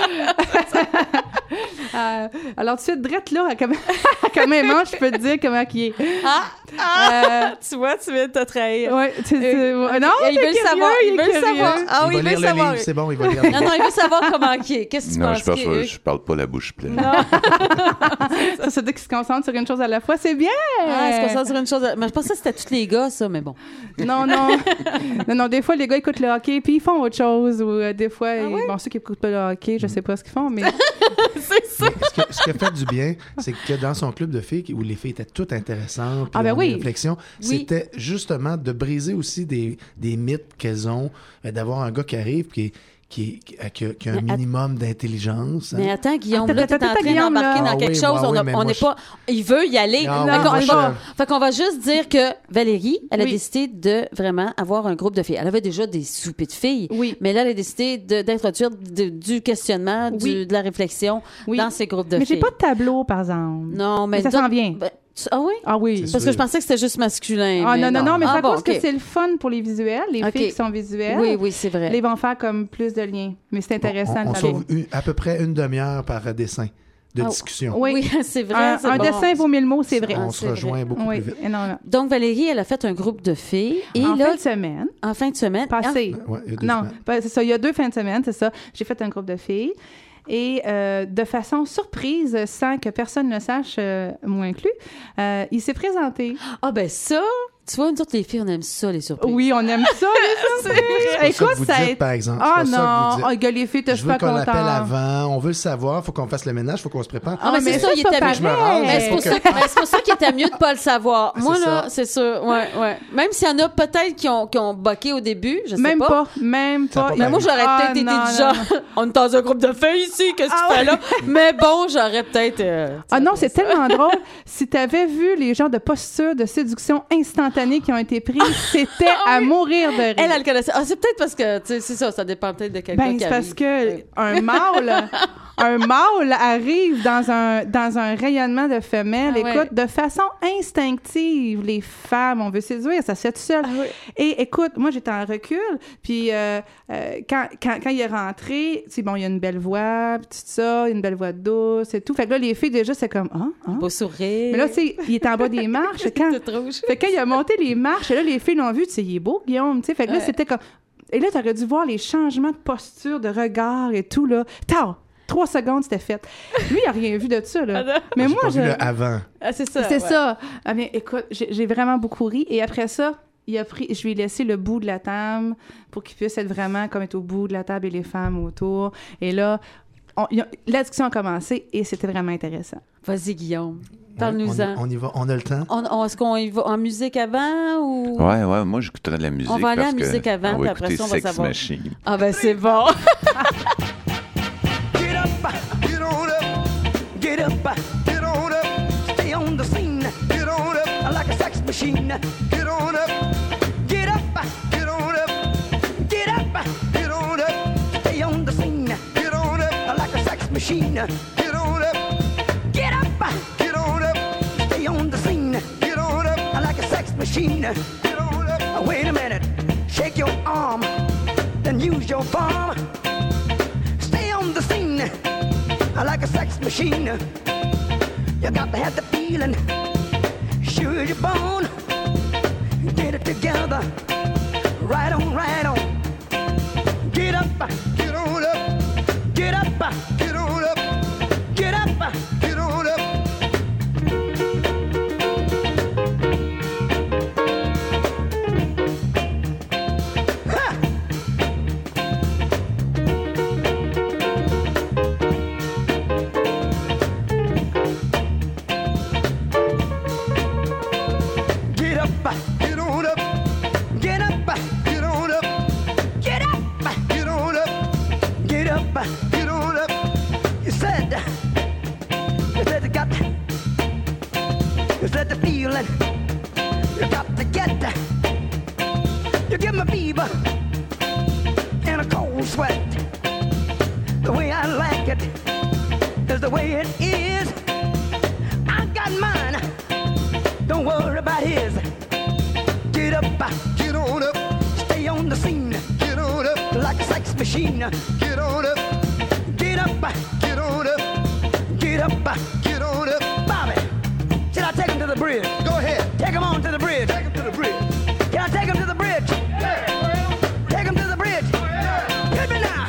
doigts. Euh, alors, tout de suite, drette là, comment, comment il mange, je peux te dire comment il est. Ah, ah, tu vois, tu viens de te trahir. Ouais, tu, tu- Euh, non, il veut t'es le curieux, savoir, il est veut le curieux. savoir. Ah oui, il il va veut lire le savoir. le livre, c'est bon, il va lire. Non, non, il veut savoir comment il est. Qu'est-ce que tu Non, penses je, pense, qu'il pas- est? je parle pas la bouche pleine. Non. Ça, ça dit qu'il se concentre sur une chose à la fois, c'est bien. Ah, est-ce qu'on s'en sur une chose? Mais je pensais que c'était tous les gars, ça, mais bon. Non, non. non, non, des fois, les gars écoutent le hockey, puis ils font autre chose. Ou euh, des fois, ils- bon, ceux qui écoutent pas le hockey, je sais pas ce qu'ils font, mais... C'est ça. Ce qui, ce qui a fait du bien, c'est que dans son club de filles, où les filles étaient toutes intéressantes, puis Ah, ben dans oui. les réflexions, Oui. c'était justement de briser aussi des, des mythes qu'elles ont, euh, d'avoir un gars qui arrive, qui, qui, qui, qui, a, qui a un Mais minimum d'intelligence. Hein. Mais attends, Guillaume, Attends, là, t'es en attends, train Guillaume, d'embarquer là. dans Ah quelque oui, chose. moi, on oui, a- mais on moi, n'est je- pas... Il veut y aller. Non, Fait oui, qu'on- moi, on je- va- fait qu'on va juste dire que Valérie, elle a Oui. décidé de vraiment avoir un groupe de filles. Elle avait déjà des soupers de filles. Oui. Mais là, elle a décidé de- d'introduire de- du questionnement, du- Oui. de la réflexion Oui. dans ces groupes de Mais filles. j'ai pas de tableau, par exemple. Non, mais... Mais ça d'autres- s'en vient. Ben, tu- ah oui? Ah oui. C'est Parce que je pensais que c'était juste masculin. Ah mais non, non, non, mais Ah c'est à bon, cause ok. que c'est le fun pour les visuels, les Ok. filles qui sont visuelles. Oui, oui, c'est vrai. Les vont faire comme plus de liens. Mais c'est intéressant On, on de sauve une- à peu près une demi-heure par euh, dessin de Ah, discussion. Oui. Oui, c'est vrai. Un, c'est un bon. dessin vaut mille mots, c'est vrai. Ah, On c'est se rejoint vrai. beaucoup Oui, plus vite. énormément. Donc, Valérie, elle a fait un groupe de filles. Et En là, fin de semaine, en fin de semaine... passé. Ouais, il y a deux Non, semaines. pas- c'est ça. Il y a deux fins de semaine, c'est ça. J'ai fait un groupe de filles. Et euh, de façon surprise, sans que personne ne sache, euh, moi inclus, euh, il s'est présenté. Ah ben ça, tu vois, nous autres, les filles, on aime ça, les surprises. Oui, on aime ça, les surprises. C'est pas ça Écoute, que vous ça a dites, été... par exemple. Ah C'est pas ça que non, vous dites. oh, gars, les filles, t'es Je veux super qu'on content. l'appelle avant. On veut le savoir. Il faut qu'on fasse le ménage. Il faut qu'on se prépare. Ah, mais mais c'est ça, ça, il c'est était pas mieux. Je me rends, Mais c'est pour, faut ça- que- mais c'est pour ça qu'il était mieux de pas le savoir. C'est Moi, là, ça. c'est sûr. Ouais, ouais. Même s'il y en a peut-être qui ont, qui ont boqué au début, je sais Même pas. pas, même Ça a pas. pas Mais moi, j'aurais Ah, peut-être été non, du non, genre, non. on est dans un groupe de filles ici, qu'est-ce que Ah tu fais ouais. là? Mais bon, j'aurais peut-être... euh, Ah non, tu sais, c'est tellement drôle. Si tu avais vu les genres de postures de séduction instantanée qui ont été prises, c'était à mourir de rire. Elle, elle connaissait. Ah, c'est peut-être parce que, tu sais, c'est ça, ça dépend peut-être de quelqu'un Ben, qui c'est parce arrive. que Oui. un mâle, un mâle arrive dans un, dans un rayonnement de femelles. Ah ouais. Écoute, de façon instinctive, les femmes, on veut séduire, ça se fait tout seul. Ah oui. Et écoute, moi, j'étais en recul, puis euh, euh, quand, quand, quand il est rentré, c'est bon, il y a une belle voix, puis tout ça, une belle voix douce et tout. Fait que là, les filles, déjà, c'est comme, ah, ah. Beau sourire. Mais là, tu sais, il était en bas des marches. Quand, Tout rouge. fait que quand il a monté les marches, là, les filles l'ont vu, tu sais, il est beau, Guillaume, tu sais. Fait que là, Ouais. c'était comme... Et là, t'aurais dû voir les changements de posture, de regard et tout, là. Tao! Trois secondes, c'était fait. Lui, il a rien vu de ça, là. Ah non. Mais J'ai moi, pas je... vu le avant. Ah, c'est ça. C'est ouais. ça. Ah, mais écoute, j'ai j'ai vraiment beaucoup ri. Et après ça, il a pris... je lui ai laissé le bout de la table pour qu'il puisse être vraiment comme être au bout de la table et les femmes autour. Et là, on- il a- la discussion a commencé et c'était vraiment intéressant. Vas-y, Guillaume. Ouais, Parle-nous-en. on, y- on y va. On a le temps. On, on- est-ce qu'on y va en musique avant ou... Ouais, ouais, moi, j'écouterais de la musique. On va aller à parce la que musique avant, on puis va après écouter ça, on va Sex savoir. Machine. Ah ben c'est bon. Get up, get on up, get up, get on up, stay on the scene, get on up, like a sex machine, get on up, get up, get on up, get up, get on up, stay on the scene, get on up, like a sex machine, get on up, get up, get on up, stay on the scene, get on up, like a sex machine, get on up. Wait a minute, shake your arm, then use your palm. Stay on the scene like a sex machine. You got to have the feeling, sure you're born. Get it together, right on, right on. Get up, get on up, get up, get on up, get up, get on up. Ha! Get up, get on up, get up, get on up, get up, get on up, get up, get on up. You said, you said you got, you said the feeling, you got to get, you give me fever and a cold sweat. The way I like it is the way it is. I got mine. Don't worry about his. Get up, get on up, stay on the scene. Get on up, like a sex machine. Get on up, get up, get on up, get up, get on up. Bobby, should I take him to the bridge? Go ahead, take him on to the bridge. Take him to the bridge. Can I take him to the bridge? Yeah. Take him to the bridge. Yeah. Hit me now.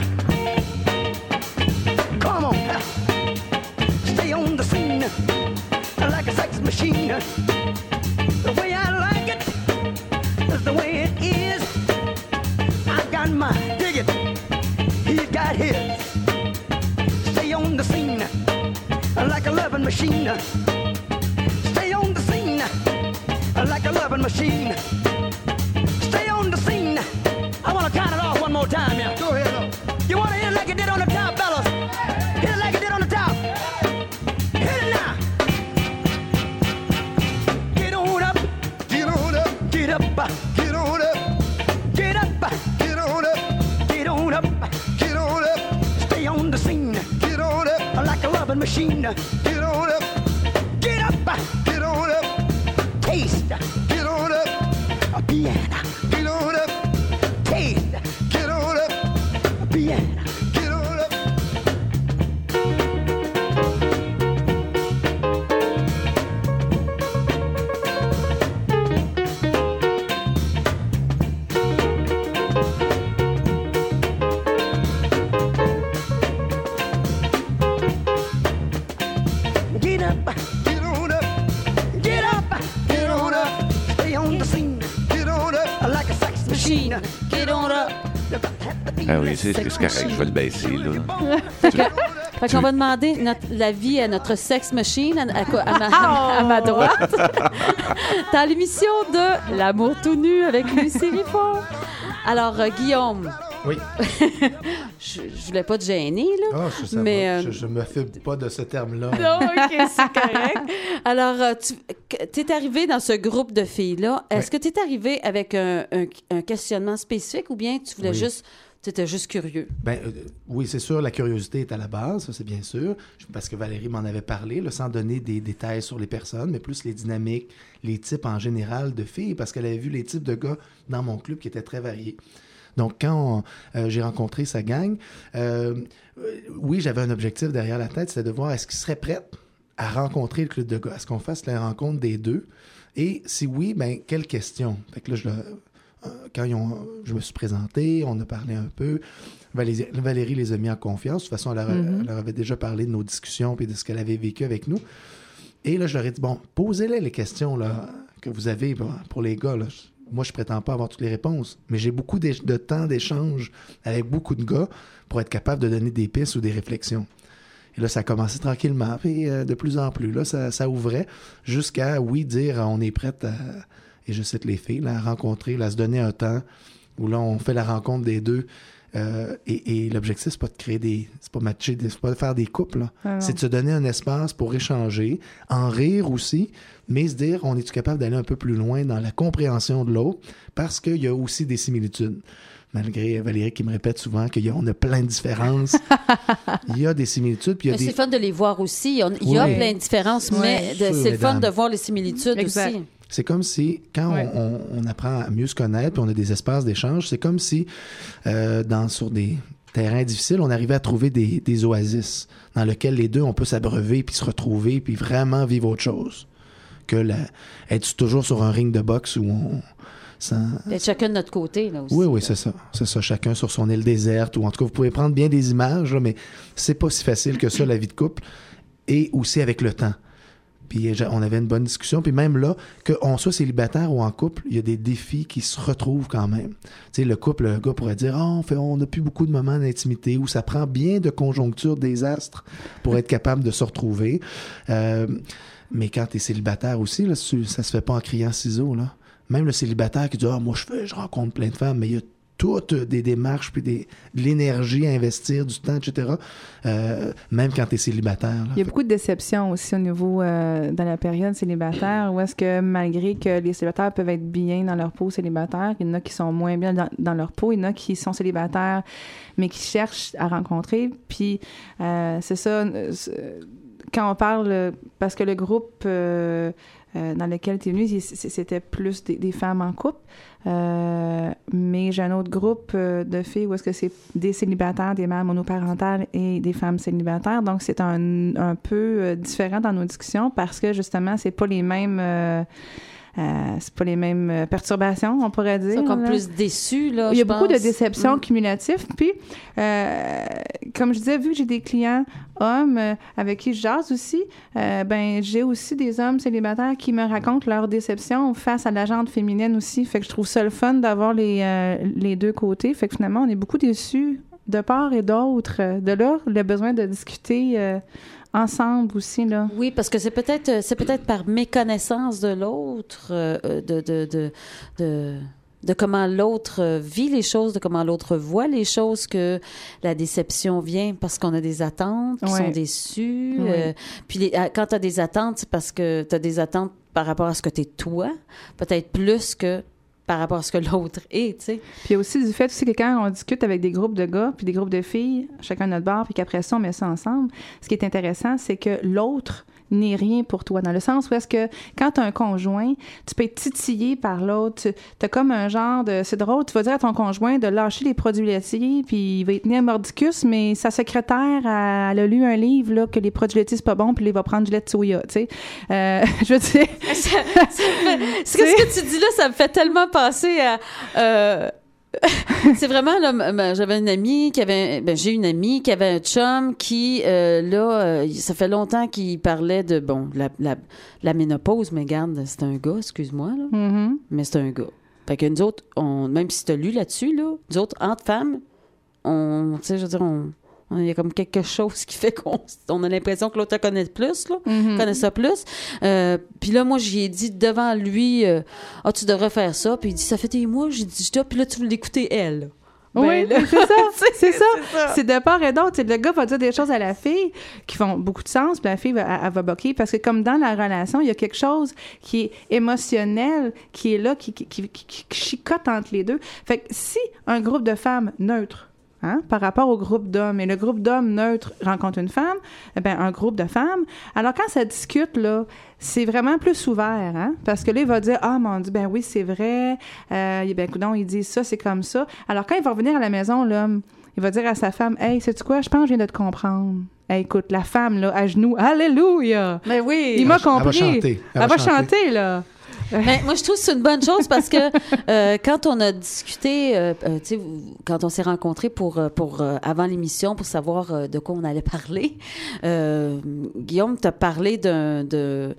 Come on, stay on the scene like a sex machine. The way I like it is the way it is. I got my dig it, he's got his. Stay on the scene like a loving machine. Stay on the scene like a loving machine. Stay on the scene. I want to count it off one more time, yeah. Go ahead. You like a loving machine. Get on up, get up, get on up. Taste, get on up. A piano, get on up. Taste, get on up. A piano, get on up. Get up, get on up, get up, get on up. Stay on the scene, get on up like a sex machine. Get on up. Ah oui, c'est c'est correct, je vais le baisser, là. Fait qu'on va demander notre, l'avis à notre sex machine à, à, à ma, à ma droite dans l'émission de L'amour tout nu avec Lucie Riffon. Alors, euh, Guillaume. Oui. je, je voulais pas te gêner, là. Ah, je, ça mais, va. euh, je, je me fais pas de ce terme-là. Non, OK, c'est correct. Alors, euh, tu es arrivé dans ce groupe de filles-là. Est-ce Oui. que tu es arrivé avec un, un, un questionnement spécifique ou bien tu voulais Oui. juste... Tu étais juste curieux? Ben, euh, oui, c'est sûr, la curiosité est à la base, ça c'est bien sûr, parce que Valérie m'en avait parlé, là, sans donner des détails sur les personnes, mais plus les dynamiques, les types en général de filles, parce qu'elle avait vu les types de gars dans mon club qui étaient très variés. Donc, quand on, euh, j'ai rencontré sa gang, euh, euh, oui, j'avais un objectif derrière la tête, c'était de voir est-ce qu'ils seraient prêts à rencontrer le club de gars, est-ce qu'on fasse la rencontre des deux, et si oui, ben quelles questions? Fait que là, je le... Quand ils ont, je me suis présenté, on a parlé un peu. Valérie, Valérie les a mis en confiance. De toute façon, elle leur, Mm-hmm. elle leur avait déjà parlé de nos discussions et de ce qu'elle avait vécu avec nous. Et là, je leur ai dit, bon, posez-les les questions là, que vous avez pour, pour les gars. Là. Moi, je prétends pas avoir toutes les réponses, mais j'ai beaucoup de, de temps d'échange avec beaucoup de gars pour être capable de donner des pistes ou des réflexions. Et là, ça a commencé tranquillement. Et euh, de plus en plus, là, ça, ça ouvrait jusqu'à, oui, dire, on est prête à... Et je cite les filles, là, à rencontrer, là, à se donner un temps où là, on fait la rencontre des deux. Euh, et, et l'objectif, c'est pas de créer des... C'est pas matcher, des, c'est pas de faire des couples. Là. Ah, c'est de se donner un espace pour échanger, en rire aussi, mais se dire, on est-tu capable d'aller un peu plus loin dans la compréhension de l'autre parce qu'il y a aussi des similitudes. Malgré Valérie qui me répète souvent qu'on a, a plein de différences, il y a des similitudes. Puis il y a Mais des... c'est fun de les voir aussi. On- Il y a Oui. plein de différences, Oui. mais de- Sûr, c'est le fun mesdames. de voir les similitudes Exact. aussi. C'est comme si, quand Ouais. on, on- on apprend à mieux se connaître, puis on a des espaces d'échange, c'est comme si, euh, dans, sur des terrains difficiles, on arrivait à trouver des, des oasis dans lesquels les deux, on peut s'abreuver, puis se retrouver, puis vraiment vivre autre chose que la, être toujours sur un ring de boxe où on... Sans... D'être chacun de notre côté, là aussi. Oui, oui, c'est ça. C'est ça, chacun sur son île déserte, ou en tout cas, vous pouvez prendre bien des images, là, mais c'est pas si facile que ça, la vie de couple, et aussi avec le temps. Puis on avait une bonne discussion. Puis même là, qu'on soit célibataire ou en couple, il y a des défis qui se retrouvent quand même. Tu sais, le couple, le gars pourrait dire « Ah, oh, on fait, on n'a plus beaucoup de moments d'intimité » ou ça prend bien de conjoncture, des astres pour être capable de se retrouver. Euh, mais quand tu es célibataire aussi, là, ça se fait pas en criant ciseaux, là. Même le célibataire qui dit « Ah, moi, je fais, je rencontre plein de femmes, mais il y a toutes des démarches, puis des, de l'énergie à investir, du temps, et cetera. Euh, même quand tu es célibataire. Là. Il y a beaucoup de déceptions aussi au niveau, euh, dans la période célibataire, où est-ce que malgré que les célibataires peuvent être bien dans leur peau célibataire, il y en a qui sont moins bien dans, dans leur peau, il y en a qui sont célibataires, mais qui cherchent à rencontrer. Puis, euh, c'est ça, c'est, quand on parle, parce que le groupe euh, euh, dans lequel tu es venu, c'était plus des, des femmes en couple. Euh, mais j'ai un autre groupe euh, de filles où est-ce que c'est des célibataires, des mères monoparentales et des femmes célibataires. Donc, c'est un, un peu euh, différent dans nos discussions parce que, justement, c'est pas les mêmes... Euh, Euh, c'est pas les mêmes euh, perturbations, on pourrait dire. Ils sont comme là. plus déçus, là, Il y a je beaucoup pense. de déceptions Mm. cumulatives. Puis, euh, comme je disais, vu que j'ai des clients hommes euh, avec qui je jase aussi, euh, ben j'ai aussi des hommes célibataires qui me racontent leurs déceptions face à la gente féminine aussi. Fait que je trouve ça le fun d'avoir les, euh, les deux côtés. Fait que finalement, on est beaucoup déçus de part et d'autre. De là, le besoin de discuter... Euh, ensemble aussi, là. Oui, parce que c'est peut-être c'est peut-être par méconnaissance de l'autre, euh, de, de, de, de, de comment l'autre vit les choses, de comment l'autre voit les choses, que la déception vient parce qu'on a des attentes qui Ouais. sont déçues. Oui. Euh, puis les, quand tu as des attentes, c'est parce que tu as des attentes par rapport à ce que tu es toi, peut-être plus que par rapport à ce que l'autre est, tu sais. Puis il y a aussi du fait aussi que quand on discute avec des groupes de gars puis des groupes de filles, chacun notre bord, puis qu'après ça, on met ça ensemble, ce qui est intéressant, c'est que l'autre n'est rien pour toi, dans le sens où est-ce que quand tu as un conjoint, tu peux être titillé par l'autre, tu as comme un genre de... C'est drôle, tu vas dire à ton conjoint de lâcher les produits laitiers, puis il va y tenir un mordicus, mais sa secrétaire, elle, elle a lu un livre, là, que les produits laitiers, c'est pas bon, puis il va prendre du lait de soya, tu sais. Euh, je veux dire... ça, ça fait, ce que tu dis là, ça me fait tellement penser à... Euh, c'est vraiment là, ben, j'avais une amie qui avait ben, j'ai une amie qui avait un chum qui euh, là euh, ça fait longtemps qu'il parlait de bon la, la, la ménopause, mais regarde, c'est un gars, excuse-moi là, Mm-hmm. mais c'est un gars. Fait que nous autres, on, même si t'as lu là-dessus là, nous autres entre femmes, on tu sais je veux dire on il y a comme quelque chose qui fait qu'on on a l'impression que l'autre connaît plus, là, Mm-hmm. connaît ça plus. Euh, puis là, moi, j'y ai dit devant lui, euh, ah, tu devrais faire ça. Puis il dit, ça fait des mois, j'ai dit, puis là, tu veux l'écouter, elle. Oui, Ben, là, c'est ça, c'est, c'est ça. ça. C'est de part et d'autre. C'est le gars va dire des choses à la fille qui font beaucoup de sens, puis la fille, va, elle, elle va bloquer. Parce que comme dans la relation, il y a quelque chose qui est émotionnel, qui est là, qui, qui, qui, qui, qui chicote entre les deux. Fait que si un groupe de femmes neutres, hein, par rapport au groupe d'hommes, et le groupe d'hommes neutres rencontre une femme, eh bien, un groupe de femmes, alors quand ça discute, là, c'est vraiment plus ouvert, hein, parce que là, il va dire « Ah, mon Dieu, ben oui, c'est vrai, euh, ben, coudonc, il dit ça, c'est comme ça. » Alors, quand il va revenir à la maison, l'homme, il va dire à sa femme « Hey, sais-tu quoi, je pense que je viens de te comprendre. » Hey, écoute, la femme, là, à genoux, « Alléluia! » Mais oui! Il m'a Elle va compris. chanter. Elle, elle va chanter, chanter là. Mais moi, je trouve que c'est une bonne chose parce que euh, quand on a discuté, euh, euh, tu sais, quand on s'est rencontrés pour, pour, euh, avant l'émission pour savoir euh, de quoi on allait parler, euh, Guillaume t'a parlé d'un... de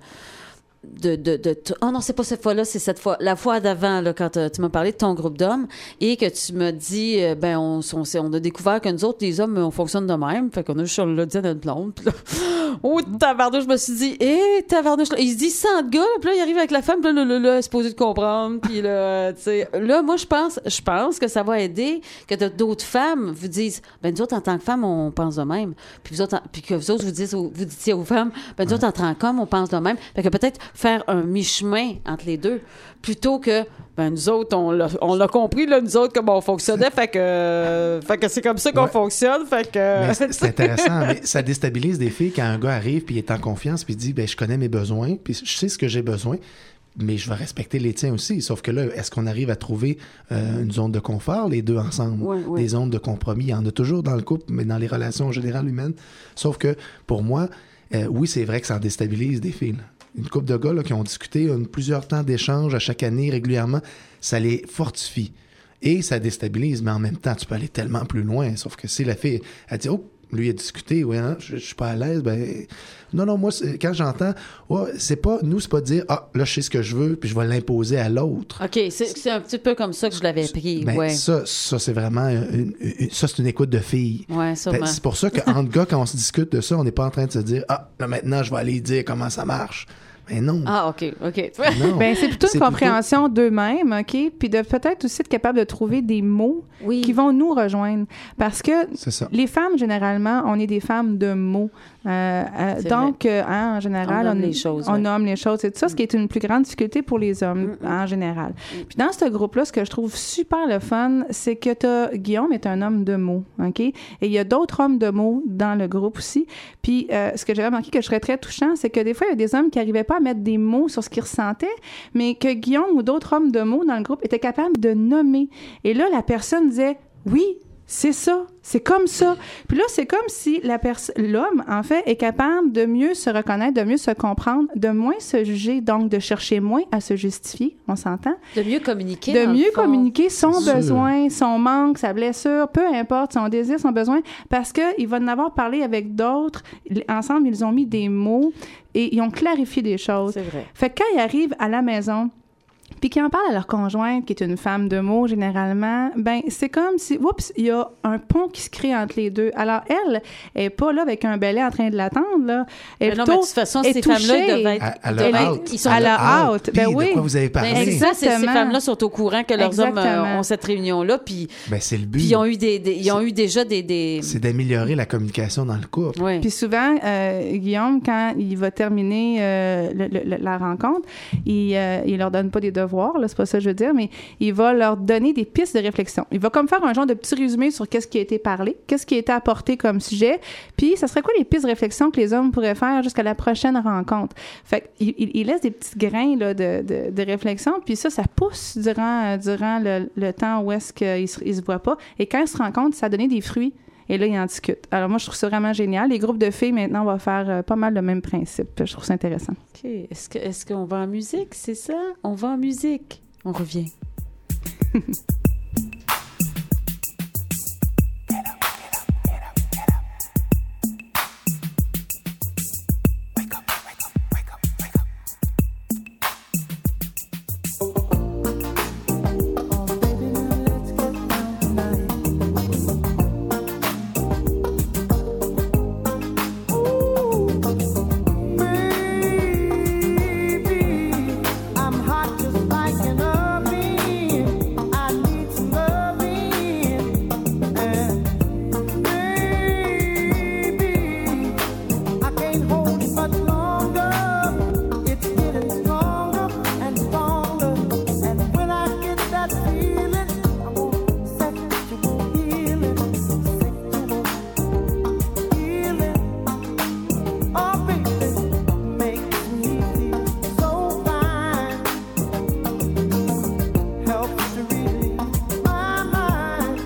De, de, de, de, oh non, c'est pas cette fois-là, c'est cette fois, la fois d'avant, là, quand tu m'as parlé de ton groupe d'hommes et que tu m'as dit, euh, ben, on, on, on a découvert que nous autres, les hommes, on fonctionne de même. Fait qu'on a juste l'a dit à notre blonde. Puis là, oh, tabarnouche, je me suis dit, hé, hey, tabarnouche, il se dit cent gars, là, puis là, il arrive avec la femme, puis là, là, là, là, elle est supposée de comprendre. Puis là, tu sais, là, moi, je pense, je pense que ça va aider que d'autres femmes vous disent, ben, nous autres, en tant que femmes, on pense de même. Puis vous autres, puis que vous autres, vous dites, vous disiez aux femmes, ben, nous ouais. autres, en tant qu'hommes, on pense de même. Fait que peut-être faire un mi-chemin entre les deux, plutôt que ben nous autres, on l'a, on l'a compris, là, nous autres, comment on fonctionnait, fait que, euh, fait que c'est comme ça qu'on ouais. fonctionne, fait que... Mais c'est, c'est intéressant, mais ça déstabilise des filles quand un gars arrive puis il est en confiance puis il dit, ben je connais mes besoins, puis je sais ce que j'ai besoin, mais je vais respecter les tiens aussi. Sauf que là, est-ce qu'on arrive à trouver euh, une zone de confort, les deux ensemble? Oui, oui. Des zones de compromis, il y en a toujours dans le couple, mais dans les relations en général humaines. Sauf que, pour moi, euh, oui, c'est vrai que ça en déstabilise des filles, là. Une couple de gars là, qui ont discuté une, plusieurs temps d'échanges à chaque année, régulièrement, ça les fortifie. Et ça déstabilise, mais en même temps, tu peux aller tellement plus loin. Sauf que si la fille, elle dit « Oh, lui a discuté, ouais, hein, je, je suis pas à l'aise, ben non, non, moi, c'est, quand j'entends, oh, c'est pas, nous, c'est pas de dire, ah, là, je sais ce que je veux, puis je vais l'imposer à l'autre. OK, c'est, c'est un petit peu comme ça que je l'avais pris, ben, ouais. Ça, ça, c'est vraiment, une, une, ça, c'est une écoute de fille. Ouais, sûrement. Ben, c'est pour ça qu'entre gars, quand on se discute de ça, on n'est pas en train de se dire, ah, là, maintenant, je vais aller dire comment ça marche. Mais non. Ah, OK, OK. Non. Ben, c'est plutôt une c'est compréhension plutôt... d'eux-mêmes, OK? Puis de peut-être aussi être capable de trouver des mots oui. qui vont nous rejoindre. Parce que c'est ça. Les femmes, généralement, on est des femmes de mots. Euh, euh, donc, euh, hein, en général, on nomme on, les choses. On ouais. nomme les choses. C'est ça, ce qui est une plus grande difficulté pour les hommes, mm-hmm. en général. Mm-hmm. Puis dans ce groupe-là, ce que je trouve super le fun, c'est que t'as, Guillaume est un homme de mots, OK? Et il y a d'autres hommes de mots dans le groupe aussi. Puis euh, ce que j'avais remarqué que je serais très touchant, c'est que des fois, il y a des hommes qui n'arrivaient pas à mettre des mots sur ce qu'ils ressentaient, mais que Guillaume ou d'autres hommes de mots dans le groupe étaient capables de nommer. Et là, la personne disait « Oui, c'est ça, c'est comme ça. » Puis là, c'est comme si la pers- l'homme, en fait, est capable de mieux se reconnaître, de mieux se comprendre, de moins se juger, donc de chercher moins à se justifier, on s'entend? De mieux communiquer, De mieux fond. communiquer son C'est besoin, sûr. Son manque, sa blessure, peu importe, son désir, son besoin, parce qu'il va en avoir parlé avec d'autres. Ensemble, ils ont mis des mots et ils ont clarifié des choses. C'est vrai. Fait que quand ils arrivent à la maison, puis qu'ils en parlent à leur conjointe, qui est une femme de mots, généralement, ben c'est comme si, oups, il y a un pont qui se crée entre les deux. Alors, elle est pas là avec un balai en train de l'attendre, là. Elle mais non, mais de toute façon, ces femmes-là, ils doivent être... À, à doivent la out. Ils sont à la out. out. Ben Puis, oui. de quoi vous avez parlé? Ben, c'est ça, c'est, ces femmes-là sont au courant que leurs Exactement. hommes euh, ont cette réunion-là, puis... Ben, c'est le but. Puis ils ont eu, des, des, ils ont eu déjà des... des... C'est d'améliorer la communication dans le couple. Oui. Puis souvent, euh, Guillaume, quand il va terminer euh, le, le, la rencontre, il, euh, il leur donne pas des devoirs, là, c'est pas ça que je veux dire, mais il va leur donner des pistes de réflexion. Il va comme faire un genre de petit résumé sur qu'est-ce qui a été parlé, qu'est-ce qui a été apporté comme sujet, puis ça serait quoi les pistes de réflexion que les hommes pourraient faire jusqu'à la prochaine rencontre. Fait qu'il il, il laisse des petits grains là, de, de, de réflexion, puis ça, ça pousse durant, durant le, le temps où est-ce qu'ils se, ils se voient pas. Et quand ils se rencontrent, ça a donné des fruits. Et là, ils en discutent. Alors moi, je trouve ça vraiment génial. Les groupes de filles, maintenant, on va faire euh, pas mal le même principe. Je trouve ça intéressant. OK. Est-ce que, est-ce qu'on va en musique, c'est ça? On va en musique. On revient. I'm hot just like an oven. I need some loving. And baby, I can't hold it much longer. It's getting stronger and stronger. And when I get that feeling, I want sexual healing, sexual healing. Oh, baby, makes me feel so fine. Helps to relieve my mind.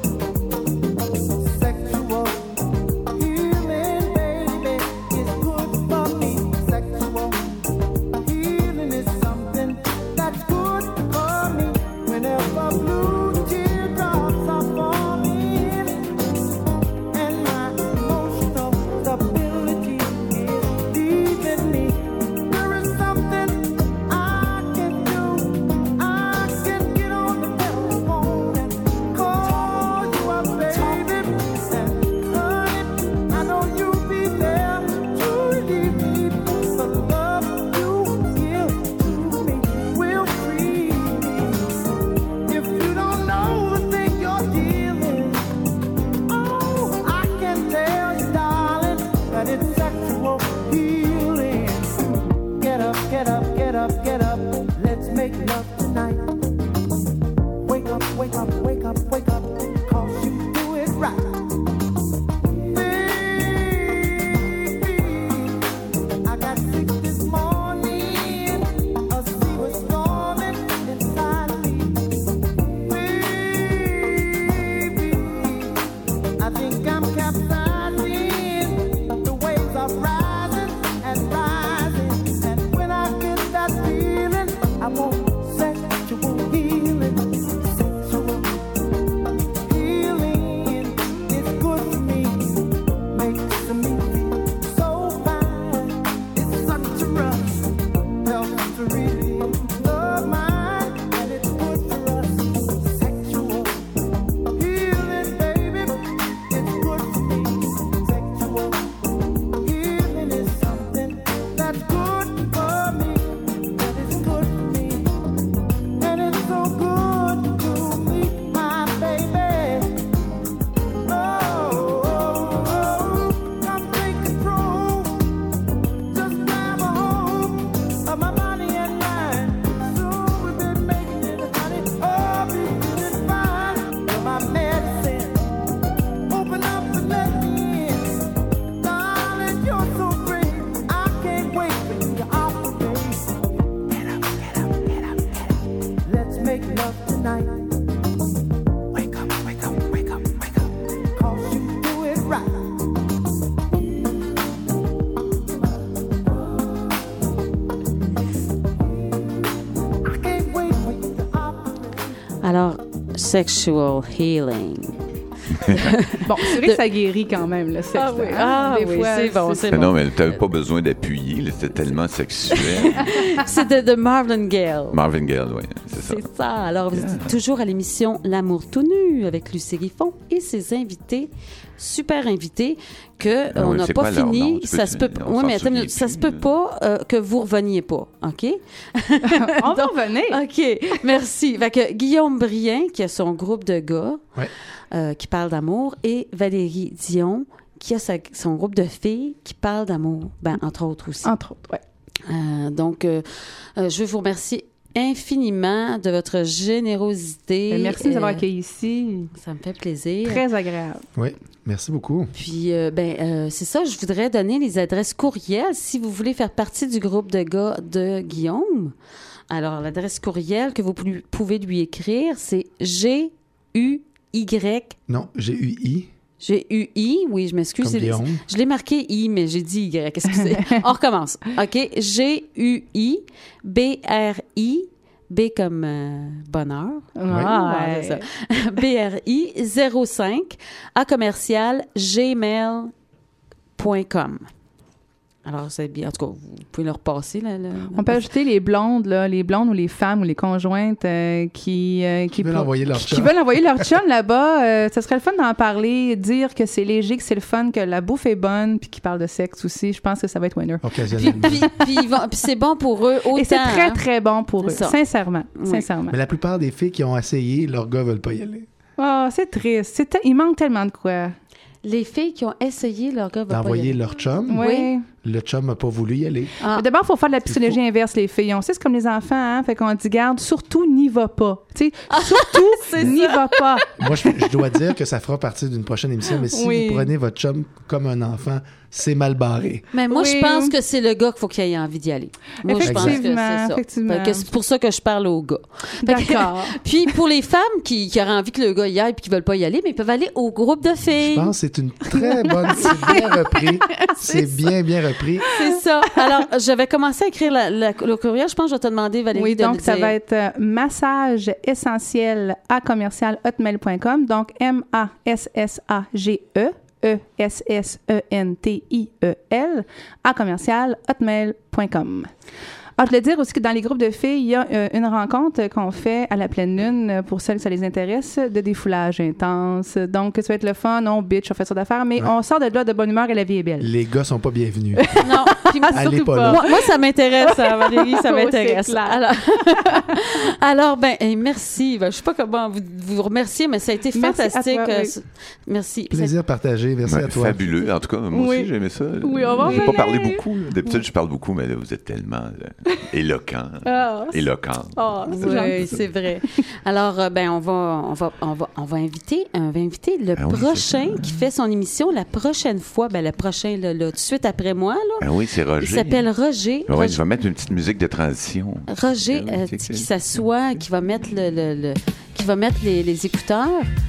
Sexual healing, baby, is good for me. Sexual healing is something that's good for me. Whenever blue teardrops are falling and my emotional stability is leaving me, there is something I can do. I can get on the telephone and call you up, baby. And honey, I know you'll be there to relieve me. The love you give to me will free me. If you don't know the thing you're dealing, oh, I can tell you, darling, that it's sexual healing. Get up, get up, get up, get up. Let's make love tonight. Wake up, wake up, wake up, wake up. Cause you do it right. Baby, I got sick this morning. A sea was storming inside of me. Baby, I think I'm capsizing. The waves are rising and rising. And when I get that feeling, I want sexual healing. Sexual healing is good for me. Makes me feel so fine. It's such a rush. Helps to relieve the mind. And it's good for us. Sexual healing, baby, it's good for me. Sexual healing is something that's good for me. That is good for me. And it's so good to me, my baby. Oh, oh, oh, come take control. Just grab a hold of my body and mind. Soon we've been making it, honey. Oh, be feeling fine. You're my medicine. Open up and let me in. Darling, you're so great. I can't wait for you to operate. Get up, get up, get up, get up. Let's make love tonight. Wake up, wake up, wake up, wake up. Cause you do it right. I can't wait for you to operate. Alors, sexual healing. Bon, c'est vrai que ça guérit quand même, le sexe. Ah oui, hein? ah Des oui, fois, c'est bon, c'est Mais bon. non, mais t'avais pas besoin d'appuyer, là, c'était tellement sexuel. C'était de Marvin Gaye. Marvin Gaye, oui, c'est ça. C'est ça. Alors, vous êtes toujours à l'émission L'amour tout nu avec Lucie Riffon et ses invités, super invités, que Ah on oui, n'a c'est pas quoi leur nom? fini. Tu Ça peux- se peut. on Oui, s'en mais attends, une souvient minute, ça plus, se peut là. pas euh, que vous reveniez pas, ok? On va revenir. OK, merci. Fait que Guillaume Brien, qui a son groupe de gars, Ouais. euh, qui parle d'amour, et Valérie Dion, qui a sa- son groupe de filles qui parlent d'amour, ben, entre autres aussi. Entre autres, ouais. Euh, donc, euh, euh, je veux vous remercier infiniment de votre générosité. Ben, merci de nous avoir Euh, accueillis ici. Ça me fait plaisir. Très agréable. Oui, merci beaucoup. Puis, euh, ben, euh, c'est ça, je voudrais donner les adresses courriels si vous voulez faire partie du groupe de gars de Guillaume. Alors, l'adresse courriel que vous pou- pouvez lui écrire, c'est G U Y. Non, G U I, G U I, oui, je m'excuse. comme c'est- Guillaume. Je l'ai marqué I, mais j'ai dit Y. Excusez. On recommence. OK. G U I B R I, B comme euh, bonheur. Ah, Ouais, c'est ça. B R I zéro cinq à commercial gmail point com. Alors, c'est bien. En tout cas, vous pouvez le repasser. Là, là. On peut ajouter les blondes, là, les blondes ou les femmes ou les conjointes euh, qui, euh, Qui veulent pour- envoyer leur qui chum. veulent envoyer leur chum là-bas. Euh, ce serait le fun d'en parler, dire que c'est léger, que c'est le fun, que la bouffe est bonne, puis qu'ils parlent de sexe aussi. Je pense que ça va être winner. Puis, Occasionnellement. puis, puis, ils vont- puis c'est bon pour eux autant. Et c'est très, hein. très bon pour eux. C'est ça. Sincèrement. Oui. Sincèrement. Mais la plupart des filles qui ont essayé, leurs gars veulent pas y aller. Oh, c'est triste. C'est te- Il manque tellement de quoi. Les filles qui ont essayé, leur gars va pas y D'envoyer aller. leur chum, Oui. le chum n'a pas voulu y aller. Ah. Mais d'abord, il faut faire de la psychologie Il faut- inverse, les filles. On sait, c'est comme les enfants, hein? Fait qu'on dit, garde, surtout, n'y va pas. Tu sais, surtout, n'y va pas. Moi, je, je dois dire que ça fera partie d'une prochaine émission, mais si Oui. vous prenez votre chum comme un enfant, c'est mal barré. Mais moi, Oui. je pense que c'est le gars qu'il faut qu'il ait envie d'y aller. Moi, je pense que c'est Effectivement, ça. effectivement. Fait que c'est pour ça que je parle aux gars. Fait que- D'accord. Puis pour les femmes qui, qui auraient envie que le gars y aille et qui veulent pas y aller, mais ils peuvent aller au groupe de Je filles. pense que c'est une très bonne... C'est bien repris. C'est bien, bien repris. C'est ça. Alors, j'avais commencé à écrire la- la- le courriel. Je pense que je vais te demander, Valérie, Oui, de donc le ça dire. va être euh, massage essentiel à commercial hotmail point com. Donc M A S S A G E E S S E N T I E L à commercial hotmail point com. Ah, je voulais dire aussi que dans les groupes de filles, il y a euh, une rencontre qu'on fait à la pleine lune euh, pour celles que ça les intéresse, de défoulage intense. Donc, ça va être le fun, on bitch, on fait ça d'affaires, mais Ouais. on sort de là de bonne humeur et la vie est belle. Les gars sont pas bienvenus. Non, puis moi, Allez surtout pas pas. là. moi, moi, ça m'intéresse, hein, Valérie, ça Oh, m'intéresse. c'est clair. Alors, alors, ben, hey, merci. Ben, je sais pas comment vous, vous remercier, mais ça a été Merci à fantastique. toi, euh, oui. ce- Merci. Plaisir partagé. Merci Ouais, à toi. Fabuleux. En tout cas, moi Oui. aussi, j'ai aimé ça. Oui, on va J'ai pas revenir. parlé beaucoup. là. D'habitude, je parle beaucoup, mais là, vous êtes tellement euh, éloquent. Ah, c'est- Éloquent. ah, c'est Oui, gentil. c'est vrai. Alors, euh, ben, on va, on va, on va, on va inviter, on va inviter le Ah oui, prochain c'est qui fait son émission la prochaine fois. Ben, le prochain, là, là, tout de suite après moi, là. Ah oui, c'est Roger. Il s'appelle Roger. Ouais, Roger, je vais mettre une petite musique de transition. Roger, Ah oui, euh, c'est qui que- s'assoit, qui va mettre le, le- le- qui va mettre les, les écouteurs.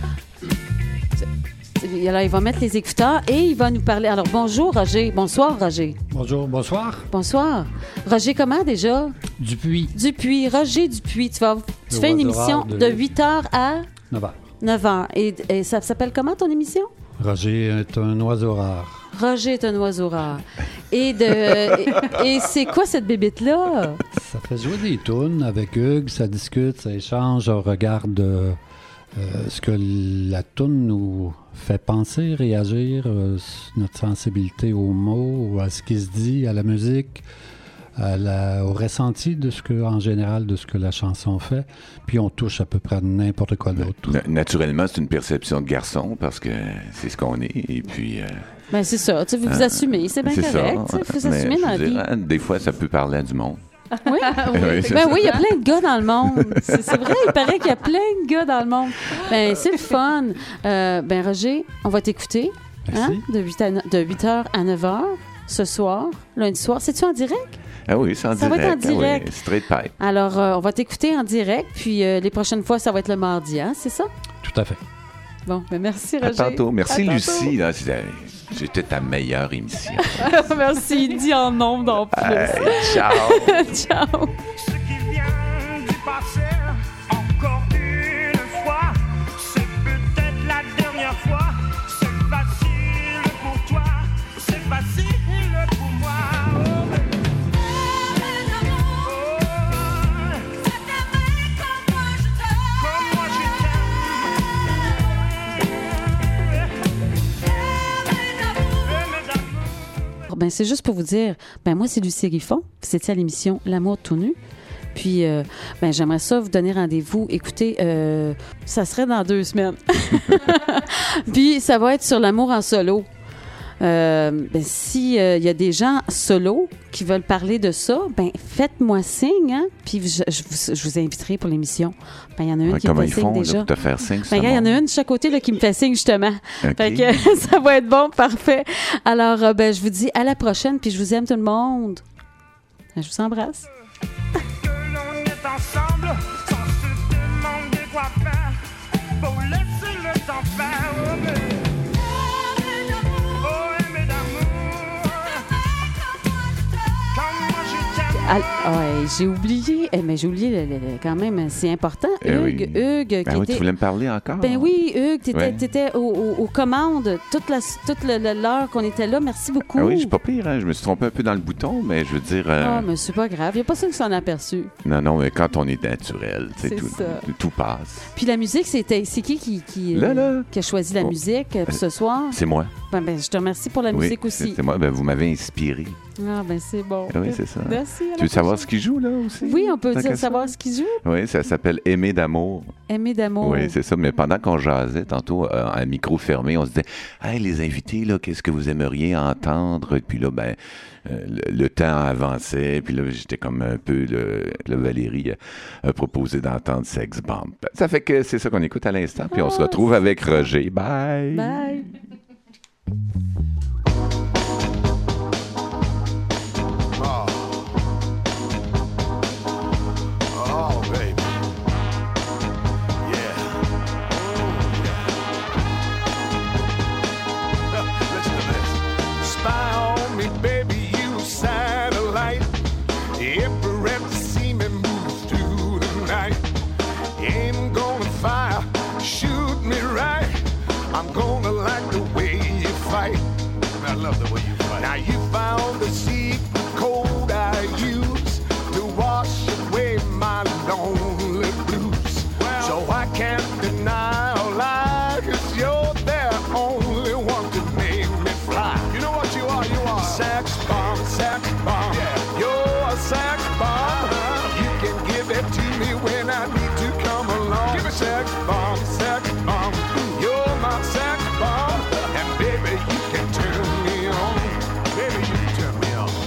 Alors, il va mettre les écouteurs et il va nous parler. Alors, bonjour, Roger. Bonsoir, Roger. Bonjour, bonsoir. Bonsoir. Roger, comment déjà? Dupuis, Dupuis. Roger Dupuis. Tu, vas, tu Le fais une oiseau émission rare de- de huit heures à neuf heures. neuf heures. Et, et ça s'appelle comment ton émission? Roger est un oiseau rare. Roger est un oiseau rare. Et, de, et, et c'est quoi cette bébête-là? Ça fait jouer des tunes avec Hugues, ça discute, ça échange, on regarde euh, euh, ce que la tune nous fait penser, réagir, euh, notre sensibilité aux mots, à ce qui se dit, à la musique, à la- au ressenti de ce que, en général, de ce que la chanson fait. Puis on touche à peu près à n'importe quoi d'autre. Na- Naturellement, c'est une perception de garçon parce que c'est ce qu'on est. Et puis. euh, Ben, c'est ça. Tu veux vous euh, assumer. C'est bien c'est correct. ça. Il faut Mais s'assumer je dans la veux vie. dire, hein, des fois, ça peut parler à du monde. Oui. Oui, c'est Ben ça. oui, il y a plein de gars dans le monde. C'est c'est vrai, il paraît qu'il y a plein de gars dans le monde. Ben, c'est le fun. Euh, ben, Roger, on va t'écouter. Hein? Merci. De huit à no- de huit heures à neuf heures ce soir, lundi soir. C'est-tu en direct? Ah oui, c'est en Ça va direct. être en ah oui, direct. straight pipe. Alors, euh, on va t'écouter en direct, puis euh, les prochaines fois, ça va être le mardi, hein? C'est ça? Tout à fait. Bon, ben merci, À Roger. tantôt. Merci, À tantôt. Lucie. Là, c'était c'était ta meilleure émission. Merci, il dit en nombre en plus. Hey, ciao. Ciao. Ce qui vient du passé, encore une fois, c'est peut-être la dernière fois. C'est facile pour toi, c'est facile pour moi. Oh, baby. Comme moi je t'aime. Ben, c'est juste pour vous dire, ben moi, c'est Lucie Riffon. C'était à l'émission L'amour tout nu. Puis, euh, ben, j'aimerais ça vous donner rendez-vous. Écoutez, euh, ça serait dans deux semaines. Puis, ça va être sur l'amour en solo. Euh, ben, si il y a des gens solo qui veulent parler de ça, ben faites-moi signe, hein, puis je, je, vous, je vous inviterai pour l'émission. Ben il y en a une ouais, qui me fait signe font, déjà. Là, pour te faire signe, ben il y en a une de chaque côté là, qui me fait signe justement. Okay. Fait que ça va être bon, parfait. Alors euh, ben je vous dis à la prochaine, puis je vous aime tout le monde. Je vous embrasse. Que l'on est ensemble sans se demander quoi faire. Faut laisser le temps faire. Oh, mais... Ah, ouais, j'ai oublié, eh, mais j'ai oublié le, le, le, quand même, c'est important. Eh Hugues, oui. Hugues, Ben qui oui, était... tu voulais me parler encore? Ben oui, Hugues, tu étais ouais. aux, aux, aux commandes toute, la, toute le, le, l'heure qu'on était là. Merci beaucoup. Ah oui, je suis pas pire, hein? Je me suis trompé un peu dans le bouton, mais je veux dire... Euh... Ah, mais c'est pas grave, il n'y a pas ça qui s'en a aperçu. Non, non, mais quand on est naturel, c'est tout, tout, tout passe. Puis la musique, c'était, c'est qui qui, qui, là, là. qui a choisi la oh. musique euh, ce soir? C'est moi. Ben, ben, je te remercie pour la oui, musique aussi. C'est moi, ben, vous m'avez inspiré. Ah, ben c'est bon. Oui, c'est ça. Merci. Tu veux savoir ce qu'il joue, là, aussi? Oui, on peut dire, savoir ce qu'il joue. Oui, ça s'appelle « Aimer d'amour ». Aimer d'amour. Oui, c'est ça. Mais pendant qu'on jasait, tantôt, euh, à micro fermé, on se disait « Hey, les invités, là, qu'est-ce que vous aimeriez entendre? » Et puis là, ben, euh, le, le temps avançait. Puis là, j'étais comme un peu... Le, là, Valérie a, a proposé d'entendre « Sex Bomb ». Ça fait que c'est ça qu'on écoute à l'instant. Puis on se retrouve avec Roger. Bye! Bye! I'm gonna like the way you fight. I love the way you fight. Now you found the secret code I use to wash away my lonely blues. Well, so I can't deny or lie, 'cause you're the only one to make me fly. You know what you are? You are sex bomb, sex bomb. Yeah. You're a sex bomb. Uh-huh. You can give it to me when I need to come along. Give it sex bomb, sex bomb. You're my sex bomb, and baby, you can turn me on. Baby, you can turn me on.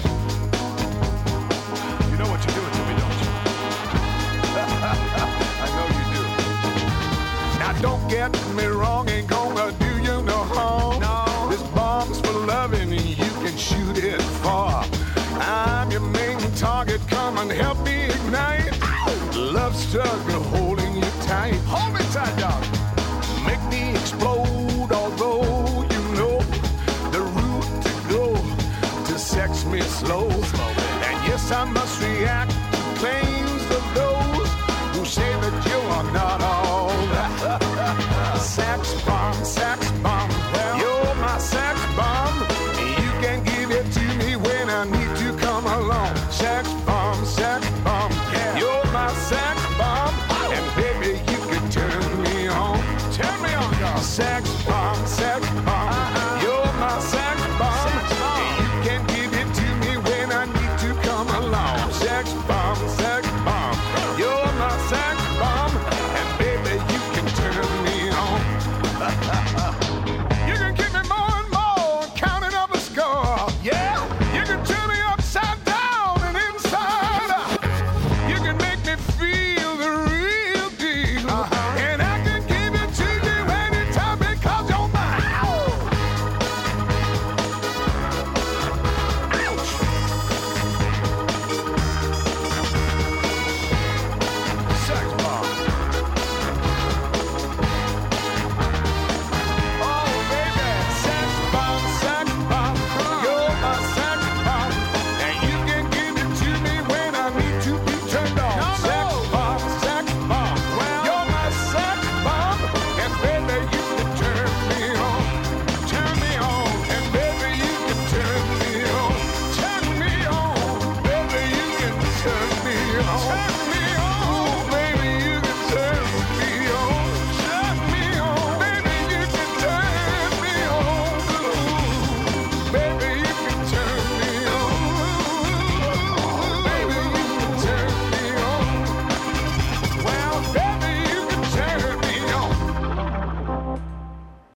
You know what you're doing to me, don't you? I know you do. Now don't get me wrong, ain't gonna do you no harm. No. This bomb's for loving, and you can shoot it far. I'm your main target, come and help me ignite. Love struggle holding you tight. Hold me tight, dog. Make me explode, although you know the route to go to sex me slow. And yes, I must react